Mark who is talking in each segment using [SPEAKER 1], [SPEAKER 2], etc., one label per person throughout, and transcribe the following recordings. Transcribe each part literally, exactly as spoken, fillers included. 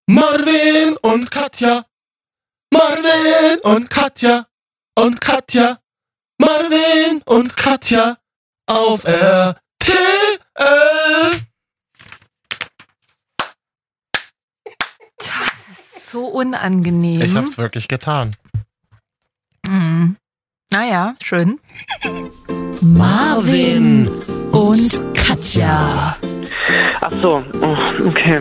[SPEAKER 1] Marvin und Katja. Marvin und Katja. Und Katja. Marvin und Katja. Auf R T L.
[SPEAKER 2] Das ist so unangenehm.
[SPEAKER 1] Ich hab's wirklich getan.
[SPEAKER 2] Mhm. Naja, schön.
[SPEAKER 1] Marvin
[SPEAKER 2] und Katja.
[SPEAKER 3] Ach so, oh, okay.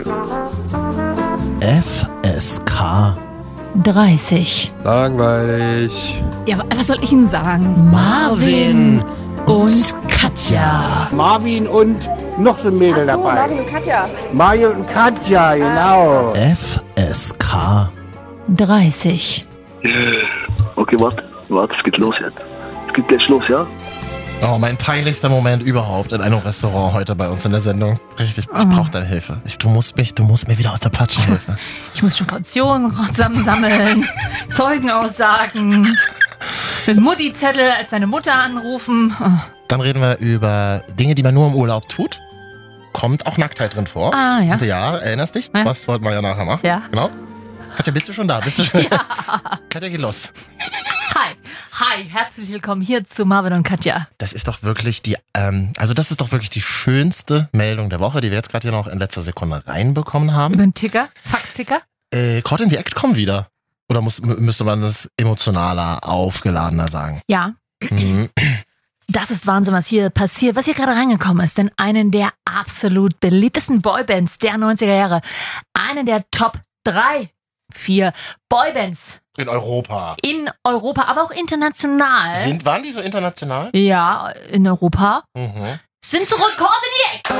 [SPEAKER 1] F S K
[SPEAKER 2] dreißig.
[SPEAKER 4] Langweilig.
[SPEAKER 2] Ja, was soll ich Ihnen sagen?
[SPEAKER 1] Marvin
[SPEAKER 2] und Katja.
[SPEAKER 5] Marvin und noch so ein Mädel
[SPEAKER 6] Ach so,
[SPEAKER 5] dabei.
[SPEAKER 6] Marvin und Katja.
[SPEAKER 5] Mario und Katja, genau.
[SPEAKER 1] F S K
[SPEAKER 2] dreißig.
[SPEAKER 7] Okay, warte, warte, es geht los jetzt. Es geht gleich los, ja?
[SPEAKER 1] Oh, mein peinlichster Moment überhaupt in einem Restaurant heute bei uns in der Sendung. Richtig, ich brauche deine Hilfe. Ich, du musst mich, du musst mir wieder aus der Patsche helfen.
[SPEAKER 2] Ich muss schon Kautionen zusammensammeln, Zeugenaussagen, mit Mutti-Zettel als deine Mutter anrufen. Oh.
[SPEAKER 1] Dann reden wir über Dinge, die man nur im Urlaub tut. Kommt auch Nacktheit drin vor.
[SPEAKER 2] Ah, ja.
[SPEAKER 1] Ja, erinnerst dich?
[SPEAKER 2] Ja.
[SPEAKER 1] Was wollten wir ja nachher machen?
[SPEAKER 2] Ja.
[SPEAKER 1] Genau. Katja, bist du schon da? Bist du schon
[SPEAKER 2] Ja.
[SPEAKER 1] Katja, geht los.
[SPEAKER 2] Hi, hi, herzlich willkommen hier zu Marvin und Katja.
[SPEAKER 1] Das ist doch wirklich die, ähm, also das ist doch wirklich die schönste Meldung der Woche, die wir jetzt gerade hier noch in letzter Sekunde reinbekommen haben.
[SPEAKER 2] Über den Ticker, Faxticker.
[SPEAKER 1] Äh, Caught in the Act kommen wieder. Oder muss, müsste man das emotionaler, aufgeladener sagen?
[SPEAKER 2] Ja.
[SPEAKER 1] Mhm.
[SPEAKER 2] Das ist Wahnsinn, was hier passiert, was hier gerade reingekommen ist. Denn einen der absolut beliebtesten Boybands der neunziger Jahre, einen der Top drei, vier Boybands
[SPEAKER 1] In Europa.
[SPEAKER 2] in Europa, aber auch international.
[SPEAKER 1] Sind, waren die so international?
[SPEAKER 2] Ja, in Europa.
[SPEAKER 1] Mhm.
[SPEAKER 2] Sind zurück, Caught in the Act.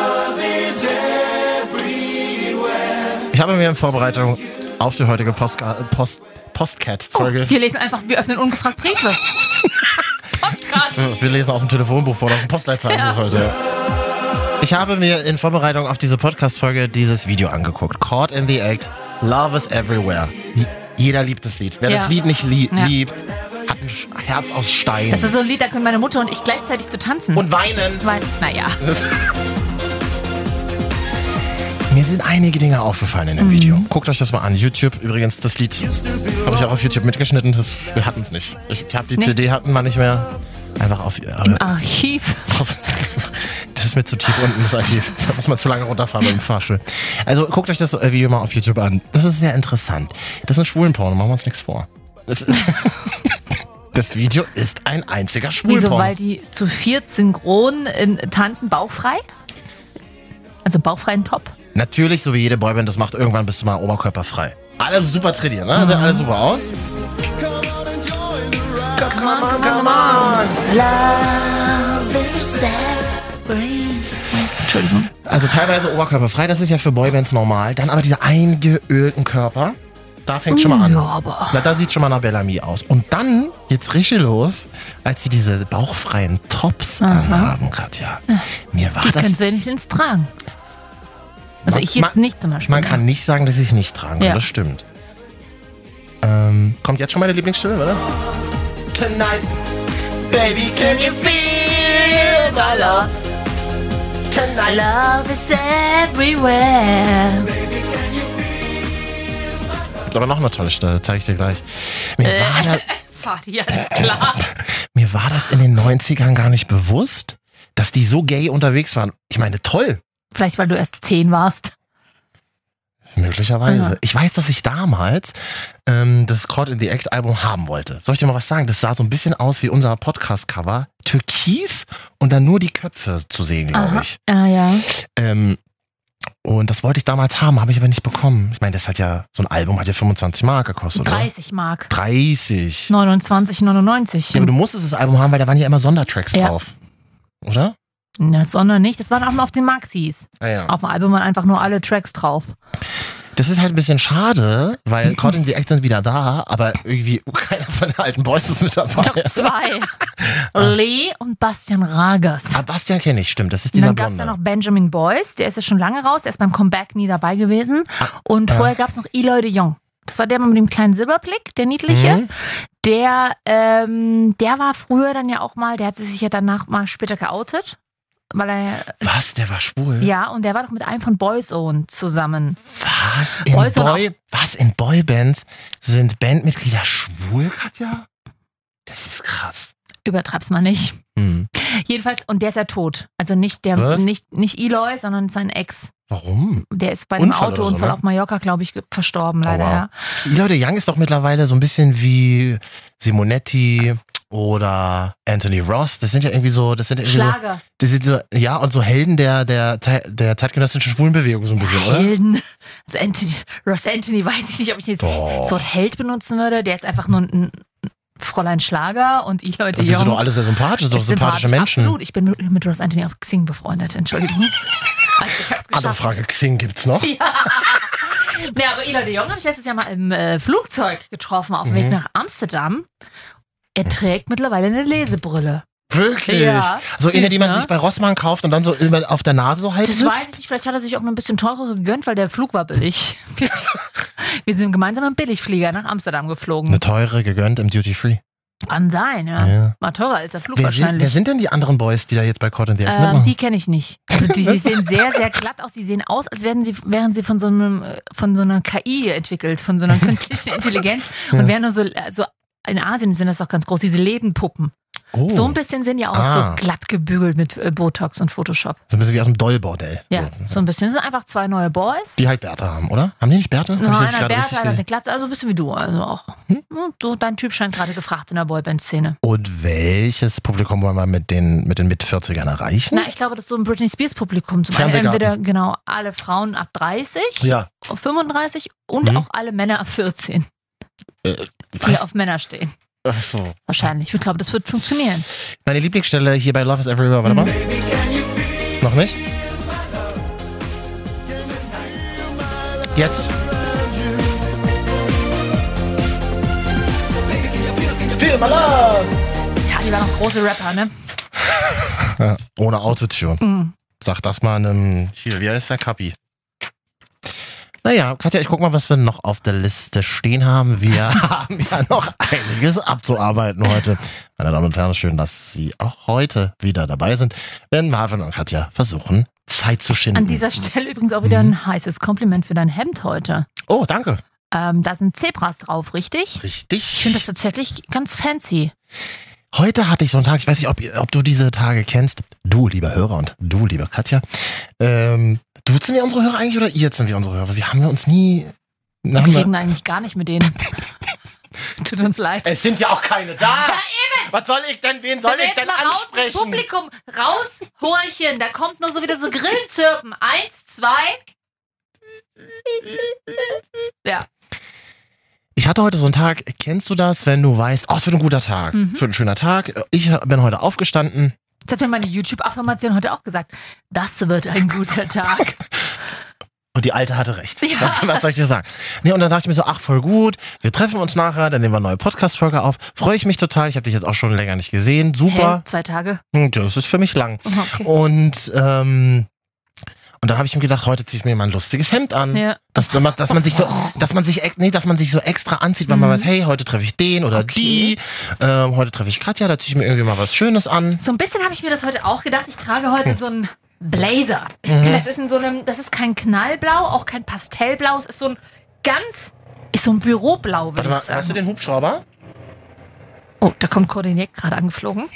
[SPEAKER 1] Ich habe mir in Vorbereitung auf die heutige Postka- Post, Postcat-Folge.
[SPEAKER 2] Oh, wir lesen einfach, wir öffnen ungefragt Briefe. Podcast.
[SPEAKER 1] Wir lesen aus dem Telefonbuch vor, aus dem Postleitzahlenbuch
[SPEAKER 2] Ja.
[SPEAKER 1] heute. Ich habe mir in Vorbereitung auf diese Podcast-Folge dieses Video angeguckt. Caught in the Act, Love is Everywhere. Jeder liebt das Lied. Wer
[SPEAKER 2] Ja.
[SPEAKER 1] das Lied nicht lie-
[SPEAKER 2] Ja.
[SPEAKER 1] liebt, hat ein Sch- Herz aus Stein.
[SPEAKER 2] Das ist so ein Lied, da können meine Mutter und ich gleichzeitig zu tanzen.
[SPEAKER 1] Und weinen.
[SPEAKER 2] Weil, naja.
[SPEAKER 1] Mir sind einige Dinge aufgefallen in dem
[SPEAKER 2] Mhm.
[SPEAKER 1] Video. Guckt euch das mal an. YouTube übrigens, das Lied habe ich auch auf YouTube mitgeschnitten. Das, wir hatten es nicht. Ich habe die
[SPEAKER 2] Nee.
[SPEAKER 1] C D hatten wir nicht mehr. Einfach auf...
[SPEAKER 2] Im Archiv.
[SPEAKER 1] auf das ist mir zu tief unten, das Archiv. Da muss man zu lange runterfahren beim Fahrstuhl. Also guckt euch das Video mal auf YouTube an. Das ist sehr interessant. Das ist ein Schwulenporno, machen wir uns nichts vor. Das, ist das Video ist ein einziger
[SPEAKER 2] Wieso?
[SPEAKER 1] Schwulenporno.
[SPEAKER 2] Weil die zu viert synchron in, tanzen bauchfrei? Also bauchfreien Top?
[SPEAKER 1] Natürlich, so wie jede Boyband das macht, irgendwann bist du mal oberkörperfrei. Alle super trainiert, ne? Sehen alle super aus.
[SPEAKER 2] Come on, come on, come on. Love is everywhere. Entschuldigung.
[SPEAKER 1] Also teilweise oberkörperfrei, das ist ja für Boybands normal. Dann aber diese eingeölten Körper, da fängt schon mal an.
[SPEAKER 2] Ja, aber...
[SPEAKER 1] Na, da sieht schon mal nach Bellamy aus. Und dann geht's richtig los, als sie diese bauchfreien Tops
[SPEAKER 2] Aha.
[SPEAKER 1] anhaben, Katja. Mir war
[SPEAKER 2] Die
[SPEAKER 1] das...
[SPEAKER 2] können sie nicht ins Tragen. Also
[SPEAKER 1] Man-
[SPEAKER 2] ich jetzt
[SPEAKER 1] man-
[SPEAKER 2] nicht zum Beispiel.
[SPEAKER 1] Man kann nicht sagen, dass ich es nicht tragen kann,
[SPEAKER 2] Ja.
[SPEAKER 1] das stimmt. Ähm, kommt jetzt schon meine Lieblingsstimme, oder? Tonight, baby, can you
[SPEAKER 2] feel my love?
[SPEAKER 1] tonight?
[SPEAKER 2] Love is everywhere.
[SPEAKER 1] Aber noch eine tolle Stelle, zeige ich dir gleich. Mir,
[SPEAKER 2] Äh.
[SPEAKER 1] war das,
[SPEAKER 2] Fadi, alles klar.
[SPEAKER 1] mir war das in den neunzigern gar nicht bewusst, dass die so gay unterwegs waren. Ich meine, toll.
[SPEAKER 2] Vielleicht, weil du erst zehn warst.
[SPEAKER 1] Möglicherweise.
[SPEAKER 2] Aha.
[SPEAKER 1] Ich weiß, dass ich damals ähm, das Caught in the Act Album haben wollte. Soll ich dir mal was sagen? Das sah so ein bisschen aus wie unser Podcast-Cover. Türkis und dann nur die Köpfe zu sehen, glaube
[SPEAKER 2] Aha.
[SPEAKER 1] ich.
[SPEAKER 2] Ah ja.
[SPEAKER 1] Ähm, und das wollte ich damals haben, habe ich aber nicht bekommen. Ich meine, das hat ja, so ein Album hat ja fünfundzwanzig Mark gekostet, oder?
[SPEAKER 2] dreißig Mark.
[SPEAKER 1] dreißig.
[SPEAKER 2] neunundzwanzig neunundneunzig.
[SPEAKER 1] Ja, aber du musstest das Album haben, weil da waren ja immer Sondertracks
[SPEAKER 2] Ja.
[SPEAKER 1] drauf. Oder?
[SPEAKER 2] Na, sondern nicht. Das waren auch mal auf den Maxis.
[SPEAKER 1] Ah, ja.
[SPEAKER 2] Auf dem Album waren einfach nur alle Tracks drauf.
[SPEAKER 1] Das ist halt ein bisschen schade, weil Caught in the Act sind wieder da, aber irgendwie keiner von den alten Boys ist mit dabei.
[SPEAKER 2] Doch zwei. Lee und Bastian Ragers.
[SPEAKER 1] Ah, Bastian kenne ich, stimmt. Das ist
[SPEAKER 2] Und
[SPEAKER 1] dieser
[SPEAKER 2] dann gab es
[SPEAKER 1] Blonde.
[SPEAKER 2] ja noch Benjamin Boyce, der ist ja schon lange raus, der ist beim Comeback nie dabei gewesen. Und
[SPEAKER 1] ah.
[SPEAKER 2] vorher gab es noch Eloy de Jong. Das war der mit dem kleinen Silberblick, der niedliche.
[SPEAKER 1] Mhm.
[SPEAKER 2] Der, ähm, der war früher dann ja auch mal, der hat sich ja danach mal später geoutet. weil er...
[SPEAKER 1] Was, der war schwul?
[SPEAKER 2] Ja, und der war doch mit einem von Boyzone zusammen.
[SPEAKER 1] Was? In,
[SPEAKER 2] Boyzone
[SPEAKER 1] Boy, was? In Boybands sind Bandmitglieder schwul, Katja? Das ist krass.
[SPEAKER 2] Übertreib's mal nicht.
[SPEAKER 1] Hm.
[SPEAKER 2] Jedenfalls, und der ist ja tot. Also nicht der,
[SPEAKER 1] Was?
[SPEAKER 2] nicht, nicht Eloy, sondern sein Ex.
[SPEAKER 1] Warum?
[SPEAKER 2] Der ist bei einem
[SPEAKER 1] Unfall oder so,
[SPEAKER 2] Autounfall
[SPEAKER 1] ne?
[SPEAKER 2] auf Mallorca, glaube ich, ge- verstorben, leider,
[SPEAKER 1] Oh, wow.
[SPEAKER 2] ja.
[SPEAKER 1] Eloy de Young ist doch mittlerweile so ein bisschen wie Simonetti oder Anthony Ross. Das sind ja irgendwie so, das sind ja irgendwie so,
[SPEAKER 2] Schlager.
[SPEAKER 1] das sind so, ja, und so Helden der, der, Zei- der zeitgenössischen Schwulenbewegung so ein bisschen, oder?
[SPEAKER 2] Helden. Also Anthony, Ross Anthony, weiß ich nicht, ob ich jetzt
[SPEAKER 1] Doch.
[SPEAKER 2] das Wort Held benutzen würde. Der ist einfach nur ein, ein Fräulein Schlager und ich, Leute,
[SPEAKER 1] Die sind
[SPEAKER 2] Jung.
[SPEAKER 1] doch alle sehr sympathisch, das sind doch
[SPEAKER 2] ist
[SPEAKER 1] sympathische
[SPEAKER 2] sympathisch,
[SPEAKER 1] Menschen.
[SPEAKER 2] Absolut. Ich bin mit, mit Ross Anthony auf Xing befreundet, Entschuldigung. Also ich hab's
[SPEAKER 1] Andere
[SPEAKER 2] geschafft.
[SPEAKER 1] Frage, Xing gibt's noch?
[SPEAKER 2] Ja. Nee, aber Eloy de Jong habe ich letztes Jahr mal im äh, Flugzeug getroffen auf dem
[SPEAKER 1] Mhm.
[SPEAKER 2] Weg nach Amsterdam. Er trägt mittlerweile eine Lesebrille.
[SPEAKER 1] Wirklich?
[SPEAKER 2] Ja,
[SPEAKER 1] So eine,
[SPEAKER 2] süß,
[SPEAKER 1] die man
[SPEAKER 2] ne?
[SPEAKER 1] sich bei Rossmann kauft und dann so über, auf der Nase so halb
[SPEAKER 2] Das
[SPEAKER 1] sitzt?
[SPEAKER 2] weiß ich nicht, vielleicht hat er sich auch noch ein bisschen teurere gegönnt, weil der Flug war billig. Wir, wir sind gemeinsam im Billigflieger nach Amsterdam geflogen.
[SPEAKER 1] Eine teure gegönnt im Duty Free.
[SPEAKER 2] Kann sein, ja.
[SPEAKER 1] Ja.
[SPEAKER 2] War teurer als der Flug
[SPEAKER 1] Wer sind,
[SPEAKER 2] wahrscheinlich.
[SPEAKER 1] wer sind denn die anderen Boys, die da jetzt bei Caught in the Act
[SPEAKER 2] ähm,
[SPEAKER 1] mitmachen?
[SPEAKER 2] die kenne ich nicht. Also die, die sehen sehr, sehr glatt aus. Die sehen aus, als wären sie, wären sie von so einem, von so einer K I entwickelt, von so einer künstlichen Intelligenz. Und wären nur so, so, in Asien sind das auch ganz groß, diese Ledenpuppen.
[SPEAKER 1] Oh.
[SPEAKER 2] So ein bisschen sind die auch
[SPEAKER 1] Ah.
[SPEAKER 2] so glatt gebügelt mit äh, Botox und Photoshop.
[SPEAKER 1] So ein bisschen wie aus dem Dollbordell.
[SPEAKER 2] Ja,
[SPEAKER 1] So.
[SPEAKER 2] so ein bisschen. Das sind einfach zwei neue Boys.
[SPEAKER 1] Die halt Bärte haben, oder? Haben die nicht Bärte? Hab ich
[SPEAKER 2] Nur
[SPEAKER 1] das nicht
[SPEAKER 2] einer
[SPEAKER 1] gerade
[SPEAKER 2] Bärte,
[SPEAKER 1] richtig
[SPEAKER 2] einer eine
[SPEAKER 1] gesehen?
[SPEAKER 2] Glatze, also ein bisschen wie du. Also auch.
[SPEAKER 1] Hm?
[SPEAKER 2] Hm, So, dein Typ scheint gerade gefragt in der Boyband-Szene.
[SPEAKER 1] Und welches Publikum wollen wir mit den mit den Mit-vierzigern erreichen?
[SPEAKER 2] Na, ich glaube, das ist so ein Britney Spears-Publikum. Zum einen
[SPEAKER 1] Fernsehgarten.
[SPEAKER 2] entweder genau alle Frauen ab dreißig,
[SPEAKER 1] Ja.
[SPEAKER 2] fünfunddreißig und
[SPEAKER 1] Mhm.
[SPEAKER 2] auch alle Männer ab vierzehn,
[SPEAKER 1] Äh,
[SPEAKER 2] die
[SPEAKER 1] was?
[SPEAKER 2] auf Männer stehen.
[SPEAKER 1] Ach so.
[SPEAKER 2] Wahrscheinlich. Ich glaube, das wird funktionieren.
[SPEAKER 1] Meine Lieblingsstelle hier bei Love is Everywhere, warte mal. Noch nicht? Jetzt. Feel my love!
[SPEAKER 2] Ja, die waren auch große Rapper, ne?
[SPEAKER 1] Ja, ohne Autotune.
[SPEAKER 2] Mhm.
[SPEAKER 1] Sag das mal einem. Hier, wie heißt der Kapi? Naja, Katja, ich guck mal, was wir noch auf der Liste stehen haben. Wir haben ja noch einiges abzuarbeiten heute. Meine Damen und Herren, schön, dass Sie auch heute wieder dabei sind, wenn Marvin und Katja versuchen, Zeit zu schinden.
[SPEAKER 2] An dieser Stelle übrigens auch wieder ein heißes Kompliment für dein Hemd heute.
[SPEAKER 1] Oh, danke.
[SPEAKER 2] Ähm, da sind Zebras drauf, richtig?
[SPEAKER 1] Richtig.
[SPEAKER 2] Ich finde das tatsächlich ganz fancy.
[SPEAKER 1] Heute hatte ich so einen Tag, ich weiß nicht, ob, ob du diese Tage kennst. Du, lieber Hörer, und du, liebe Katja. Ähm, duzen wir unsere Hörer eigentlich oder irzen wir unsere Hörer? Wir haben wir uns nie...
[SPEAKER 2] Wir
[SPEAKER 1] haben wir-
[SPEAKER 2] reden eigentlich gar nicht mit denen. Tut uns leid.
[SPEAKER 1] Es sind ja auch keine da.
[SPEAKER 2] Ja, eben.
[SPEAKER 1] Was soll ich denn, wen soll
[SPEAKER 2] Wenn wir
[SPEAKER 1] ich
[SPEAKER 2] jetzt
[SPEAKER 1] denn
[SPEAKER 2] mal raus, das
[SPEAKER 1] ansprechen?
[SPEAKER 2] Publikum raushorchen, da kommt nur so wieder so Grillenzirpen. Eins, zwei. Ja.
[SPEAKER 1] Ich hatte heute so einen Tag, kennst du das, wenn du weißt, oh, es wird ein guter Tag,
[SPEAKER 2] Mhm.
[SPEAKER 1] es wird ein schöner Tag. Ich bin heute aufgestanden.
[SPEAKER 2] Das hat mir meine YouTube-Affirmation heute auch gesagt. Das wird ein guter Tag.
[SPEAKER 1] Und die Alte hatte recht.
[SPEAKER 2] Ja.
[SPEAKER 1] Was, was soll ich dir sagen? Nee, und dann dachte ich mir so, ach, voll gut. Wir treffen uns nachher, dann nehmen wir eine neue Podcast-Folge auf. Freue ich mich total. Ich habe dich jetzt auch schon länger nicht gesehen. Super.
[SPEAKER 2] Hey, zwei Tage.
[SPEAKER 1] Hm, Das ist für mich lang.
[SPEAKER 2] Okay.
[SPEAKER 1] Und, ähm, und dann habe ich mir gedacht, heute ziehe ich mir mal ein lustiges Hemd an.
[SPEAKER 2] Ja.
[SPEAKER 1] Dass, dass man sich so, dass man sich, ex- nee, dass man sich so extra anzieht, weil man
[SPEAKER 2] Mhm.
[SPEAKER 1] weiß, hey, heute treffe ich den oder
[SPEAKER 2] Okay.
[SPEAKER 1] die. Ähm, heute treffe ich Katja, da ziehe ich mir irgendwie mal was Schönes an.
[SPEAKER 2] So ein bisschen habe ich mir das heute auch gedacht. Ich trage heute so einen Blazer.
[SPEAKER 1] Mhm.
[SPEAKER 2] Das ist in so einem, das ist kein Knallblau, auch kein Pastellblau. Es ist so ein ganz, ist so ein Büroblau,
[SPEAKER 1] Warte
[SPEAKER 2] würde
[SPEAKER 1] mal,
[SPEAKER 2] ich sagen.
[SPEAKER 1] hast du den Hubschrauber?
[SPEAKER 2] Oh, da kommt Koordiniert gerade angeflogen.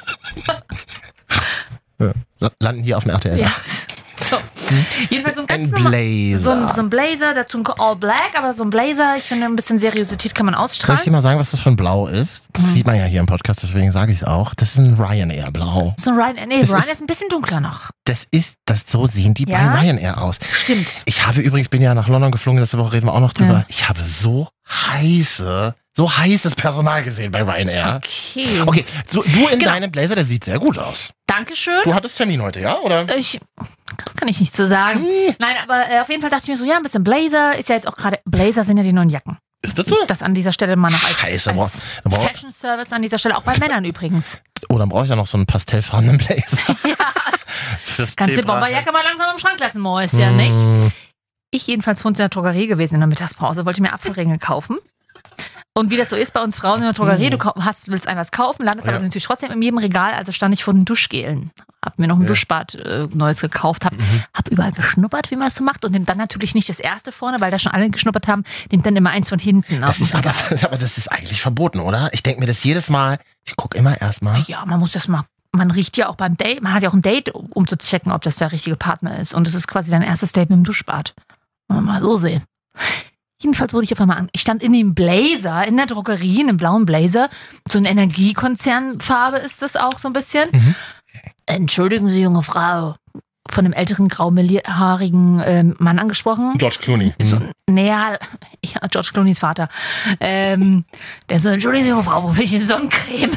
[SPEAKER 1] La- Landen hier auf dem R T L.
[SPEAKER 2] Ja. So. Jedenfalls so ein ganz
[SPEAKER 1] Ein
[SPEAKER 2] normal-
[SPEAKER 1] Blazer.
[SPEAKER 2] So ein, so ein Blazer, dazu ein All Black, aber so ein Blazer, ich finde, ein bisschen Seriosität kann man
[SPEAKER 1] Soll
[SPEAKER 2] ausstrahlen.
[SPEAKER 1] ich dir mal sagen, was das für ein Blau ist? Das
[SPEAKER 2] Mhm.
[SPEAKER 1] sieht man ja hier im Podcast, deswegen sage ich es auch. Das ist ein Ryanair-Blau.
[SPEAKER 2] So ein Ryan, nee,
[SPEAKER 1] Das
[SPEAKER 2] Ryan
[SPEAKER 1] ist-
[SPEAKER 2] ist ein bisschen dunkler noch.
[SPEAKER 1] Das ist, das, so sehen die
[SPEAKER 2] Ja?
[SPEAKER 1] bei Ryanair aus.
[SPEAKER 2] Stimmt.
[SPEAKER 1] Ich habe übrigens, bin ja nach London geflogen, letzte Woche reden wir auch noch drüber.
[SPEAKER 2] Ja.
[SPEAKER 1] Ich habe so heiße, so heißes Personal gesehen bei Ryanair.
[SPEAKER 2] Okay.
[SPEAKER 1] Okay, so, du in
[SPEAKER 2] Genau.
[SPEAKER 1] deinem Blazer, der sieht sehr gut aus.
[SPEAKER 2] Dankeschön.
[SPEAKER 1] Du hattest Termin heute, ja? Oder?
[SPEAKER 2] Ich kann ich nicht so sagen. Nein, aber äh, auf jeden Fall dachte ich mir so, ja, ein bisschen Blazer ist ja jetzt auch gerade. Blazer sind ja die neuen Jacken.
[SPEAKER 1] Ist das so?
[SPEAKER 2] Das an dieser Stelle mal noch als,
[SPEAKER 1] Scheiße,
[SPEAKER 2] als
[SPEAKER 1] boah. Da brauch-
[SPEAKER 2] Fashion Service an dieser Stelle, auch bei Männern übrigens.
[SPEAKER 1] Oh, dann brauche ich ja noch so einen pastellfarbenen Blazer.
[SPEAKER 2] Ja,
[SPEAKER 1] Fürs
[SPEAKER 2] kannst die
[SPEAKER 1] Zebra.
[SPEAKER 2] Bomberjacke mal langsam im Schrank lassen, Mäus, ja nicht?
[SPEAKER 1] Hm.
[SPEAKER 2] Ich jedenfalls vorhin in der Drogerie gewesen in der Mittagspause, wollte mir Apfelringe kaufen. Und wie das so ist bei uns Frauen in der Drogerie, du hast, willst einem was kaufen, landest
[SPEAKER 1] Ja.
[SPEAKER 2] aber natürlich trotzdem in jedem Regal. Also stand ich vor den Duschgelen. Hab mir noch ein
[SPEAKER 1] Ja.
[SPEAKER 2] Duschbad äh, Neues gekauft, hab,
[SPEAKER 1] Mhm.
[SPEAKER 2] hab überall geschnuppert, wie man es so macht. Und nimm dann natürlich nicht das erste vorne, weil da schon alle geschnuppert haben, nimmt dann immer eins von hinten.
[SPEAKER 1] Das
[SPEAKER 2] auf
[SPEAKER 1] ist
[SPEAKER 2] dem
[SPEAKER 1] aber,
[SPEAKER 2] Regal.
[SPEAKER 1] aber das ist eigentlich verboten, oder? Ich denke mir das jedes Mal, ich gucke immer erstmal.
[SPEAKER 2] Ja, man muss das mal. Man riecht ja auch beim Date, man hat ja auch ein Date, um, um zu checken, ob das der richtige Partner ist. Und das ist quasi dein erstes Date mit dem Duschbad. Wollen wir mal so sehen. Jedenfalls wurde ich auf einmal an. Ich stand in dem Blazer, in der Drogerie, in einem blauen Blazer. So eine Energiekonzernfarbe ist das auch so ein bisschen.
[SPEAKER 1] Mhm.
[SPEAKER 2] Entschuldigen Sie, junge Frau. Von einem älteren, grauhaarigen ähm, Mann angesprochen.
[SPEAKER 1] George Clooney.
[SPEAKER 2] So, naja, ja, George Clooneys Vater. Ähm, der so, entschuldigen Sie, junge Frau, wo finde ich eine Sonnencreme?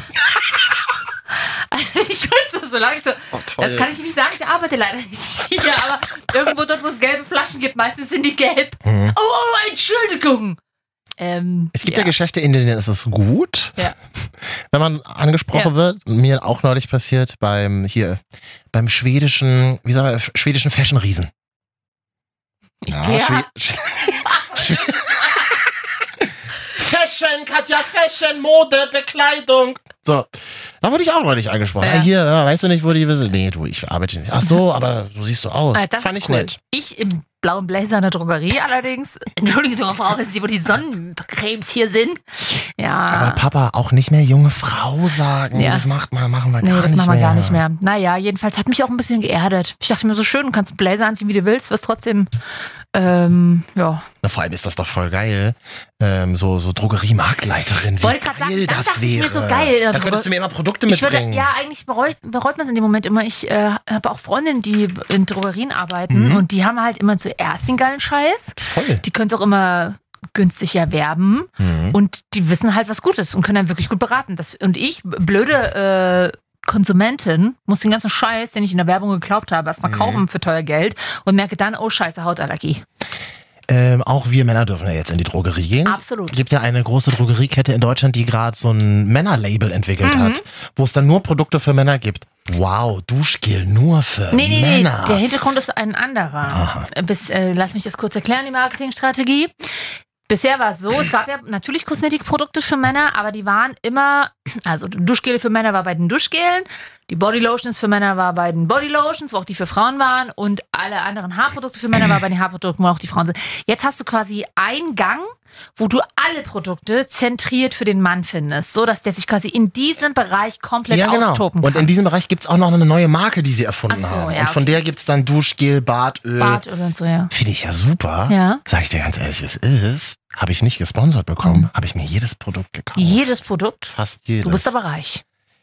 [SPEAKER 2] Ich wusste so lange so,
[SPEAKER 1] Oh, toll.
[SPEAKER 2] das kann ich nicht sagen, ich arbeite leider nicht hier, aber irgendwo dort, wo es gelbe Flaschen gibt, meistens sind die gelb.
[SPEAKER 1] Mhm.
[SPEAKER 2] Oh, oh, Entschuldigung. Ähm,
[SPEAKER 1] Es gibt ja. Geschäfte, in denen ist es gut,
[SPEAKER 2] Ja.
[SPEAKER 1] wenn man angesprochen
[SPEAKER 2] Ja.
[SPEAKER 1] wird. Mir auch neulich passiert beim hier beim schwedischen, wie sagen wir, schwedischen Fashion-Riesen.
[SPEAKER 2] Ikea.
[SPEAKER 1] Schwe Sch Schwe Fashion, Katja, Fashion, Mode, Bekleidung. So, da wurde ich auch neulich angesprochen.
[SPEAKER 2] Ja.
[SPEAKER 1] Ja. Hier, ja, weißt du nicht, wo die wissen? Nee, du, ich arbeite nicht. Ach so, aber so siehst du aus.
[SPEAKER 2] Ah, das
[SPEAKER 1] Fand
[SPEAKER 2] ist
[SPEAKER 1] ich
[SPEAKER 2] cool.
[SPEAKER 1] nett.
[SPEAKER 2] Ich im blauen Blazer in der Drogerie allerdings. Entschuldigung, junge Frau, wissen Sie, wo die Sonnencremes hier sind? Ja.
[SPEAKER 1] Aber Papa, auch nicht mehr junge Frau sagen.
[SPEAKER 2] Ja.
[SPEAKER 1] Das macht man, machen wir
[SPEAKER 2] Nee,
[SPEAKER 1] gar
[SPEAKER 2] das
[SPEAKER 1] nicht
[SPEAKER 2] machen wir
[SPEAKER 1] mehr.
[SPEAKER 2] gar nicht mehr. Naja, jedenfalls hat mich auch ein bisschen geerdet. Ich dachte mir so schön, du kannst einen Blazer anziehen, wie du willst, wirst trotzdem, ähm, ja.
[SPEAKER 1] Na, vor allem ist das doch voll geil. Ähm, so, so Drogerie-Marktleiterin. Wie
[SPEAKER 2] Wollte grad
[SPEAKER 1] geil
[SPEAKER 2] sagen, dann
[SPEAKER 1] das
[SPEAKER 2] dachte ich
[SPEAKER 1] wäre.
[SPEAKER 2] mir so geil.
[SPEAKER 1] Da könntest du mir immer Produkte
[SPEAKER 2] Ich würde,
[SPEAKER 1] mitbringen.
[SPEAKER 2] ja, eigentlich bereut, bereut man es in dem Moment immer. Ich äh, habe auch Freundinnen, die in Drogerien arbeiten
[SPEAKER 1] Mhm.
[SPEAKER 2] und die haben halt immer zuerst den geilen Scheiß.
[SPEAKER 1] Voll.
[SPEAKER 2] Die können es auch immer günstig erwerben
[SPEAKER 1] Mhm.
[SPEAKER 2] und die wissen halt, was gut ist und können dann wirklich gut beraten. Das, und ich, blöde äh, Konsumentin, muss den ganzen Scheiß, den ich in der Werbung geglaubt habe, erstmal
[SPEAKER 1] Mhm.
[SPEAKER 2] kaufen für teuer Geld und merke dann, oh scheiße, Hautallergie.
[SPEAKER 1] Ähm, auch wir Männer dürfen ja jetzt in die Drogerie gehen.
[SPEAKER 2] Absolut.
[SPEAKER 1] Es gibt ja eine große Drogeriekette in Deutschland, die gerade so ein Männerlabel entwickelt
[SPEAKER 2] Mhm.
[SPEAKER 1] hat, wo es dann nur Produkte für Männer gibt. Wow, Duschgel nur für
[SPEAKER 2] Nee, nee, nee,
[SPEAKER 1] Männer.
[SPEAKER 2] der Hintergrund ist ein anderer.
[SPEAKER 1] Aha.
[SPEAKER 2] Bis, äh, lass mich das kurz erklären, die Marketingstrategie. Bisher war es so, es gab ja natürlich Kosmetikprodukte für Männer, aber die waren immer, also Duschgel für Männer war bei den Duschgelen, die Bodylotions für Männer war bei den Bodylotions, wo auch die für Frauen waren und alle anderen Haarprodukte für Männer war bei den Haarprodukten, wo auch die Frauen sind. Jetzt hast du quasi einen Gang, wo du alle Produkte zentriert für den Mann findest, so dass der sich quasi in diesem Bereich komplett
[SPEAKER 1] Ja, genau.
[SPEAKER 2] austoben
[SPEAKER 1] Und
[SPEAKER 2] kann.
[SPEAKER 1] in diesem Bereich gibt es auch noch eine neue Marke, die sie erfunden
[SPEAKER 2] Ach so,
[SPEAKER 1] haben.
[SPEAKER 2] ja,
[SPEAKER 1] und von
[SPEAKER 2] okay.
[SPEAKER 1] der gibt es dann Duschgel, Bartöl.
[SPEAKER 2] Bartöl und so, ja.
[SPEAKER 1] Finde ich ja super.
[SPEAKER 2] Ja.
[SPEAKER 1] Sag ich dir ganz ehrlich, wie es ist. Habe ich nicht gesponsert bekommen.
[SPEAKER 2] Mhm.
[SPEAKER 1] Habe ich mir jedes Produkt gekauft.
[SPEAKER 2] Jedes Produkt.
[SPEAKER 1] Fast jedes.
[SPEAKER 2] Du bist aber reich.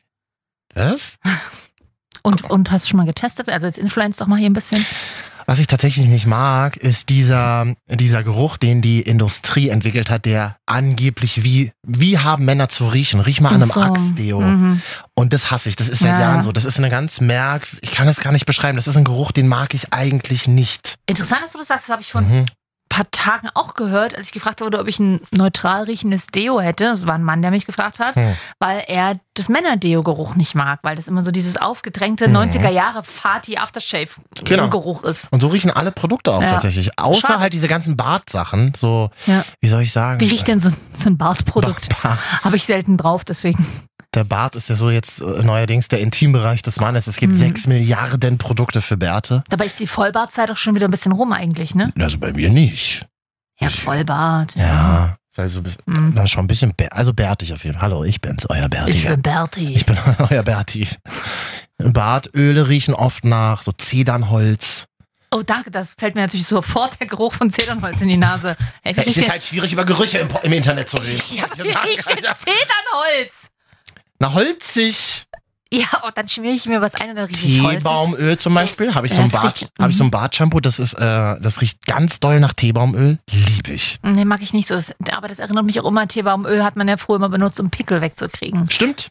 [SPEAKER 1] Was?
[SPEAKER 2] Und, und hast du schon mal getestet? Also jetzt influenz doch mal hier ein bisschen.
[SPEAKER 1] Was ich tatsächlich nicht mag, ist dieser, dieser Geruch, den die Industrie entwickelt hat, der angeblich wie, wie haben Männer zu riechen. Riech mal an einem
[SPEAKER 2] So.
[SPEAKER 1] Axe-Deo.
[SPEAKER 2] Mhm.
[SPEAKER 1] Und das hasse ich. Das ist seit
[SPEAKER 2] Ja.
[SPEAKER 1] Jahren so. Das ist eine ganz merk, ich kann es gar nicht beschreiben. Das ist ein Geruch, den mag ich eigentlich nicht.
[SPEAKER 2] Interessant, dass du das sagst. Das habe ich vor
[SPEAKER 1] Mhm.
[SPEAKER 2] ein paar Tagen auch gehört, als ich gefragt wurde, ob ich ein neutral riechendes Deo hätte. Das war ein Mann, der mich gefragt hat,
[SPEAKER 1] Hm.
[SPEAKER 2] weil er das Männer-Deo-Geruch nicht mag, weil das immer so dieses aufgedrängte
[SPEAKER 1] Mhm.
[SPEAKER 2] neunziger Jahre Party-Aftershave-Geruch
[SPEAKER 1] Genau.
[SPEAKER 2] ist.
[SPEAKER 1] Und so riechen alle Produkte auch
[SPEAKER 2] Ja.
[SPEAKER 1] tatsächlich. Außer
[SPEAKER 2] Schade.
[SPEAKER 1] halt diese ganzen Bartsachen. So,
[SPEAKER 2] Ja.
[SPEAKER 1] wie soll ich sagen?
[SPEAKER 2] Wie riecht denn so, so ein Bartprodukt?
[SPEAKER 1] Bart.
[SPEAKER 2] Habe ich selten drauf, deswegen.
[SPEAKER 1] Der Bart ist ja so jetzt äh, neuerdings der Intimbereich des Mannes. Es gibt
[SPEAKER 2] Mhm.
[SPEAKER 1] sechs Milliarden Produkte für Bärte.
[SPEAKER 2] Dabei ist die Vollbartzeit doch schon wieder ein bisschen rum eigentlich, ne?
[SPEAKER 1] Also bei mir nicht.
[SPEAKER 2] Ja, Vollbart.
[SPEAKER 1] Ja, also bis-
[SPEAKER 2] Mhm.
[SPEAKER 1] das ist schon ein bisschen, bär- also bärtig auf jeden Fall. Hallo, ich bin's, euer
[SPEAKER 2] Ich
[SPEAKER 1] Bärtiger.
[SPEAKER 2] bin Berti.
[SPEAKER 1] Ich bin euer Berti. Bartöle riechen oft nach so Zedernholz.
[SPEAKER 2] Oh, danke, das fällt mir natürlich sofort der Geruch von Zedernholz in die Nase. Ey, wie
[SPEAKER 1] Es
[SPEAKER 2] riecht
[SPEAKER 1] ist
[SPEAKER 2] der-
[SPEAKER 1] halt schwierig, über Gerüche im, im Internet zu reden.
[SPEAKER 2] ja, wie riecht denn Zedernholz?
[SPEAKER 1] Na, holzig.
[SPEAKER 2] Ja, oh, dann schmiere ich mir was ein und dann rieche ich holzig.
[SPEAKER 1] Teebaumöl zum Beispiel. Habe ich,
[SPEAKER 2] Ja,
[SPEAKER 1] so ein
[SPEAKER 2] das
[SPEAKER 1] Bart,
[SPEAKER 2] riecht-
[SPEAKER 1] hab ich so ein
[SPEAKER 2] mhm.
[SPEAKER 1] Bartshampoo, das ist, äh, das riecht ganz doll nach Teebaumöl. Liebe ich.
[SPEAKER 2] Nee, mag ich nicht so. Das, aber das erinnert mich auch immer, Teebaumöl hat man ja früher immer benutzt, um Pickel wegzukriegen.
[SPEAKER 1] Stimmt.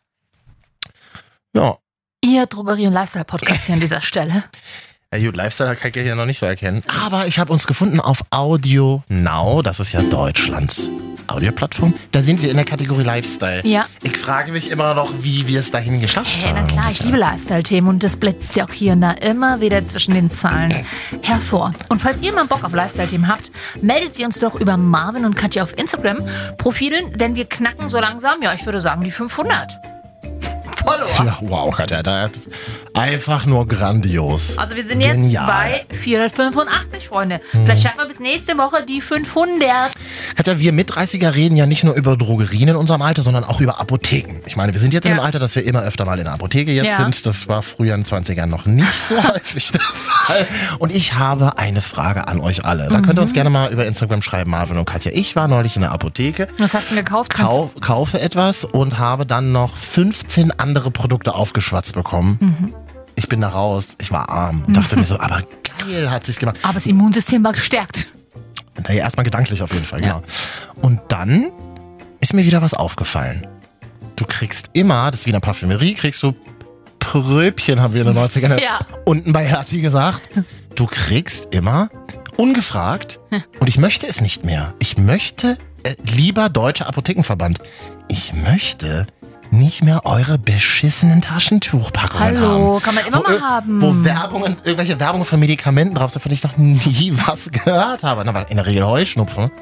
[SPEAKER 1] Ja.
[SPEAKER 2] Ihr Drogerie- und Lifestyle-Podcast hier an dieser Stelle.
[SPEAKER 1] Ja gut, Lifestyle kann ich ja noch nicht so erkennen. Aber ich habe uns gefunden auf Audio Now. Das ist ja Deutschlands Audioplattform? Da sind wir in der Kategorie Lifestyle.
[SPEAKER 2] Ja.
[SPEAKER 1] Ich frage mich immer noch, wie wir es dahin geschafft
[SPEAKER 2] Hey,
[SPEAKER 1] haben.
[SPEAKER 2] na klar, ich liebe Lifestyle-Themen und das blitzt ja auch hier und da immer wieder zwischen den Zahlen hervor. Und falls ihr mal Bock auf Lifestyle-Themen habt, meldet sie uns doch über Marvin und Katja auf Instagram-Profilen, denn wir knacken so langsam, ja, ich würde sagen, die fünfhundert. Follower.
[SPEAKER 1] Ja, wow, Katja, das ist einfach nur grandios.
[SPEAKER 2] Also wir sind jetzt
[SPEAKER 1] Genial.
[SPEAKER 2] bei vierhundertfünfundachtzig, Freunde. Vielleicht schaffen wir bis nächste Woche die fünfhundert.
[SPEAKER 1] Katja, wir Mit-dreißiger reden ja nicht nur über Drogerien in unserem Alter, sondern auch über Apotheken. Ich meine, wir sind jetzt in
[SPEAKER 2] Ja.
[SPEAKER 1] dem Alter, dass wir immer öfter mal in der Apotheke jetzt
[SPEAKER 2] Ja.
[SPEAKER 1] sind. Das war früher in den zwanzigern noch nicht so häufig der Fall. Und ich habe eine Frage an euch alle. Da könnt ihr uns gerne mal über Instagram schreiben, Marvin und Katja. Ich war neulich in der Apotheke,
[SPEAKER 2] Was hast du denn gekauft?
[SPEAKER 1] kau kaufe etwas und habe dann noch fünfzehn andere Produkte aufgeschwatzt bekommen.
[SPEAKER 2] Mhm.
[SPEAKER 1] Ich bin da raus, ich war arm. Dachte mir so, aber geil hat sich's gemacht.
[SPEAKER 2] Aber das Immunsystem war gestärkt.
[SPEAKER 1] Naja, erstmal gedanklich auf jeden Fall,
[SPEAKER 2] Ja.
[SPEAKER 1] genau. Und dann ist mir wieder was aufgefallen. Du kriegst immer, das ist wie in der Parfümerie, kriegst du Pröbchen, haben wir in den neunzigern
[SPEAKER 2] Ja.
[SPEAKER 1] unten bei Hertie gesagt. Du kriegst immer ungefragt, und ich möchte es nicht mehr. Ich möchte, äh, lieber Deutscher Apothekenverband, ich möchte nicht mehr eure beschissenen Taschentuchpackungen haben.
[SPEAKER 2] Hallo, kann man immer
[SPEAKER 1] wo,
[SPEAKER 2] mal
[SPEAKER 1] ir-
[SPEAKER 2] haben.
[SPEAKER 1] Wo Werbungen, irgendwelche Werbungen von Medikamenten drauf sind, von denen ich noch nie was gehört habe. Na, in der Regel Heuschnupfen.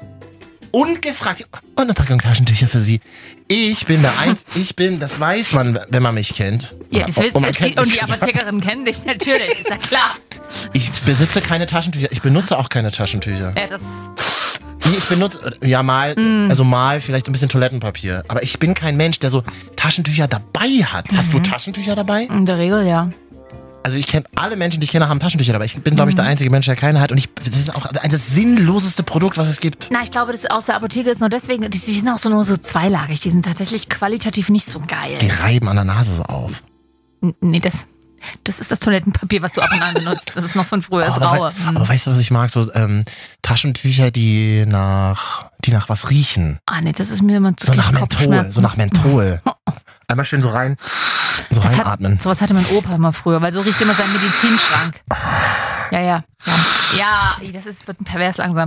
[SPEAKER 1] Ungefragt. Und eine Packung Taschentücher für Sie. Ich bin der Eins, ich bin, das weiß man, wenn man mich kennt.
[SPEAKER 2] Ja, das
[SPEAKER 1] Und
[SPEAKER 2] wissen
[SPEAKER 1] man
[SPEAKER 2] es
[SPEAKER 1] kennt
[SPEAKER 2] die, und
[SPEAKER 1] mich.
[SPEAKER 2] die Apothekerinnen kennen dich natürlich, ist ja klar.
[SPEAKER 1] Ich besitze keine Taschentücher. Ich benutze auch keine Taschentücher.
[SPEAKER 2] Ja, das,
[SPEAKER 1] Nee, ich benutze, ja mal,
[SPEAKER 2] Mm.
[SPEAKER 1] also mal vielleicht ein bisschen Toilettenpapier. Aber ich bin kein Mensch, der so Taschentücher dabei hat. Hast
[SPEAKER 2] Mhm.
[SPEAKER 1] du Taschentücher dabei?
[SPEAKER 2] in der Regel, ja.
[SPEAKER 1] Also ich kenne, alle Menschen, die ich kenne, haben Taschentücher dabei. Ich bin, glaube ich,
[SPEAKER 2] Mhm.
[SPEAKER 1] der einzige Mensch, der keine hat. Und ich, das ist auch das sinnloseste Produkt, was es gibt.
[SPEAKER 2] Na, ich glaube, das aus der Apotheke ist nur deswegen, die, die sind auch so nur so zweilagig. Die sind tatsächlich qualitativ nicht so geil.
[SPEAKER 1] Die reiben an der Nase so auf.
[SPEAKER 2] N- Nee, das, das ist das Toilettenpapier, was du ab und an benutzt. Das ist noch von früher, das
[SPEAKER 1] aber,
[SPEAKER 2] raue.
[SPEAKER 1] wei-
[SPEAKER 2] Hm.
[SPEAKER 1] aber weißt du, was ich mag? So ähm, Taschentücher, die nach, die nach was riechen.
[SPEAKER 2] Ah, nee, das ist mir immer zu
[SPEAKER 1] So
[SPEAKER 2] viel
[SPEAKER 1] nach Menthol.
[SPEAKER 2] Kopfschmerzen.
[SPEAKER 1] So nach Menthol. Einmal schön so rein, so
[SPEAKER 2] Das
[SPEAKER 1] reinatmen.
[SPEAKER 2] hat, sowas hatte mein Opa immer früher, weil so riecht immer sein Medizinschrank. Ja, ja. Ja, ja das ist, wird pervers langsam.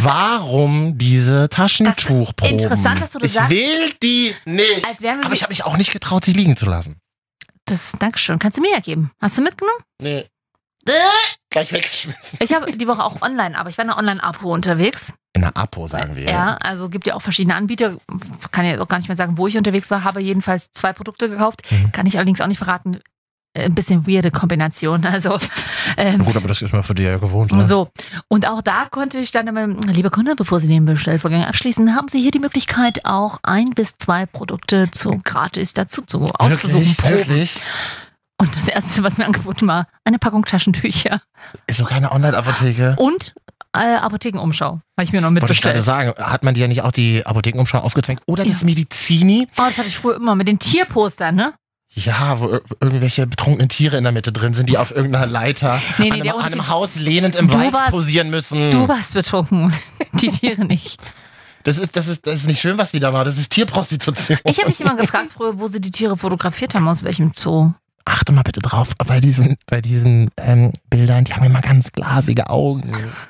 [SPEAKER 1] Warum diese Taschentuchproben?
[SPEAKER 2] interessant, dass du das
[SPEAKER 1] ich
[SPEAKER 2] sagst.
[SPEAKER 1] will die nicht.
[SPEAKER 2] Als wären wir
[SPEAKER 1] Aber
[SPEAKER 2] wie-
[SPEAKER 1] ich habe mich auch nicht getraut, sie liegen zu lassen.
[SPEAKER 2] Das, Dankeschön. Kannst du mir ja geben. Hast du mitgenommen?
[SPEAKER 1] Nee. Gleich weggeschmissen.
[SPEAKER 2] Ich habe die Woche auch online, aber ich war in einer Online-Apo unterwegs.
[SPEAKER 1] In der Apo, sagen wir.
[SPEAKER 2] Ja, also gibt ja auch verschiedene Anbieter. Kann ja auch gar nicht mehr sagen, wo ich unterwegs war. Habe jedenfalls zwei Produkte gekauft.
[SPEAKER 1] Mhm.
[SPEAKER 2] Kann ich allerdings auch nicht verraten. Äh, Ein bisschen weirde Kombination. Also, ähm,
[SPEAKER 1] Na gut, aber das ist man für dich ja gewohnt, ne?
[SPEAKER 2] so. Und auch da konnte ich dann immer, lieber Kunde, bevor Sie den Bestellvorgang abschließen, haben Sie hier die Möglichkeit, auch ein bis zwei Produkte zu gratis dazu zu auszusuchen.
[SPEAKER 1] Wirklich?
[SPEAKER 2] Proben.
[SPEAKER 1] Wirklich?
[SPEAKER 2] Und das erste, was mir angeboten war, eine Packung Taschentücher
[SPEAKER 1] Ist sogar eine Online-Apotheke.
[SPEAKER 2] und äh, Apothekenumschau. Habe ich mir noch
[SPEAKER 1] Wollte ich gerade
[SPEAKER 2] mitbestellt.
[SPEAKER 1] sagen, hat man dir ja nicht auch die Apothekenumschau aufgezwängt? Oder
[SPEAKER 2] Ja.
[SPEAKER 1] das Medizini?
[SPEAKER 2] Oh, das hatte ich früher immer mit den Tierpostern, ne?
[SPEAKER 1] Ja, wo ir- irgendwelche betrunkenen Tiere in der Mitte drin sind, die auf irgendeiner Leiter
[SPEAKER 2] Nee, nee,
[SPEAKER 1] an, einem,
[SPEAKER 2] der
[SPEAKER 1] an einem
[SPEAKER 2] Unterschied-
[SPEAKER 1] Haus lehnend im
[SPEAKER 2] Du
[SPEAKER 1] Wald
[SPEAKER 2] warst-
[SPEAKER 1] posieren müssen.
[SPEAKER 2] Du warst betrunken, die Tiere nicht.
[SPEAKER 1] Das ist, das, ist, das ist nicht schön, was die da machen. Das ist Tierprostitution.
[SPEAKER 2] Ich habe mich immer gefragt früher, wo sie die Tiere fotografiert haben, aus welchem Zoo.
[SPEAKER 1] Achte mal bitte drauf, bei diesen, bei diesen ähm, Bildern, die haben immer ganz glasige Augen.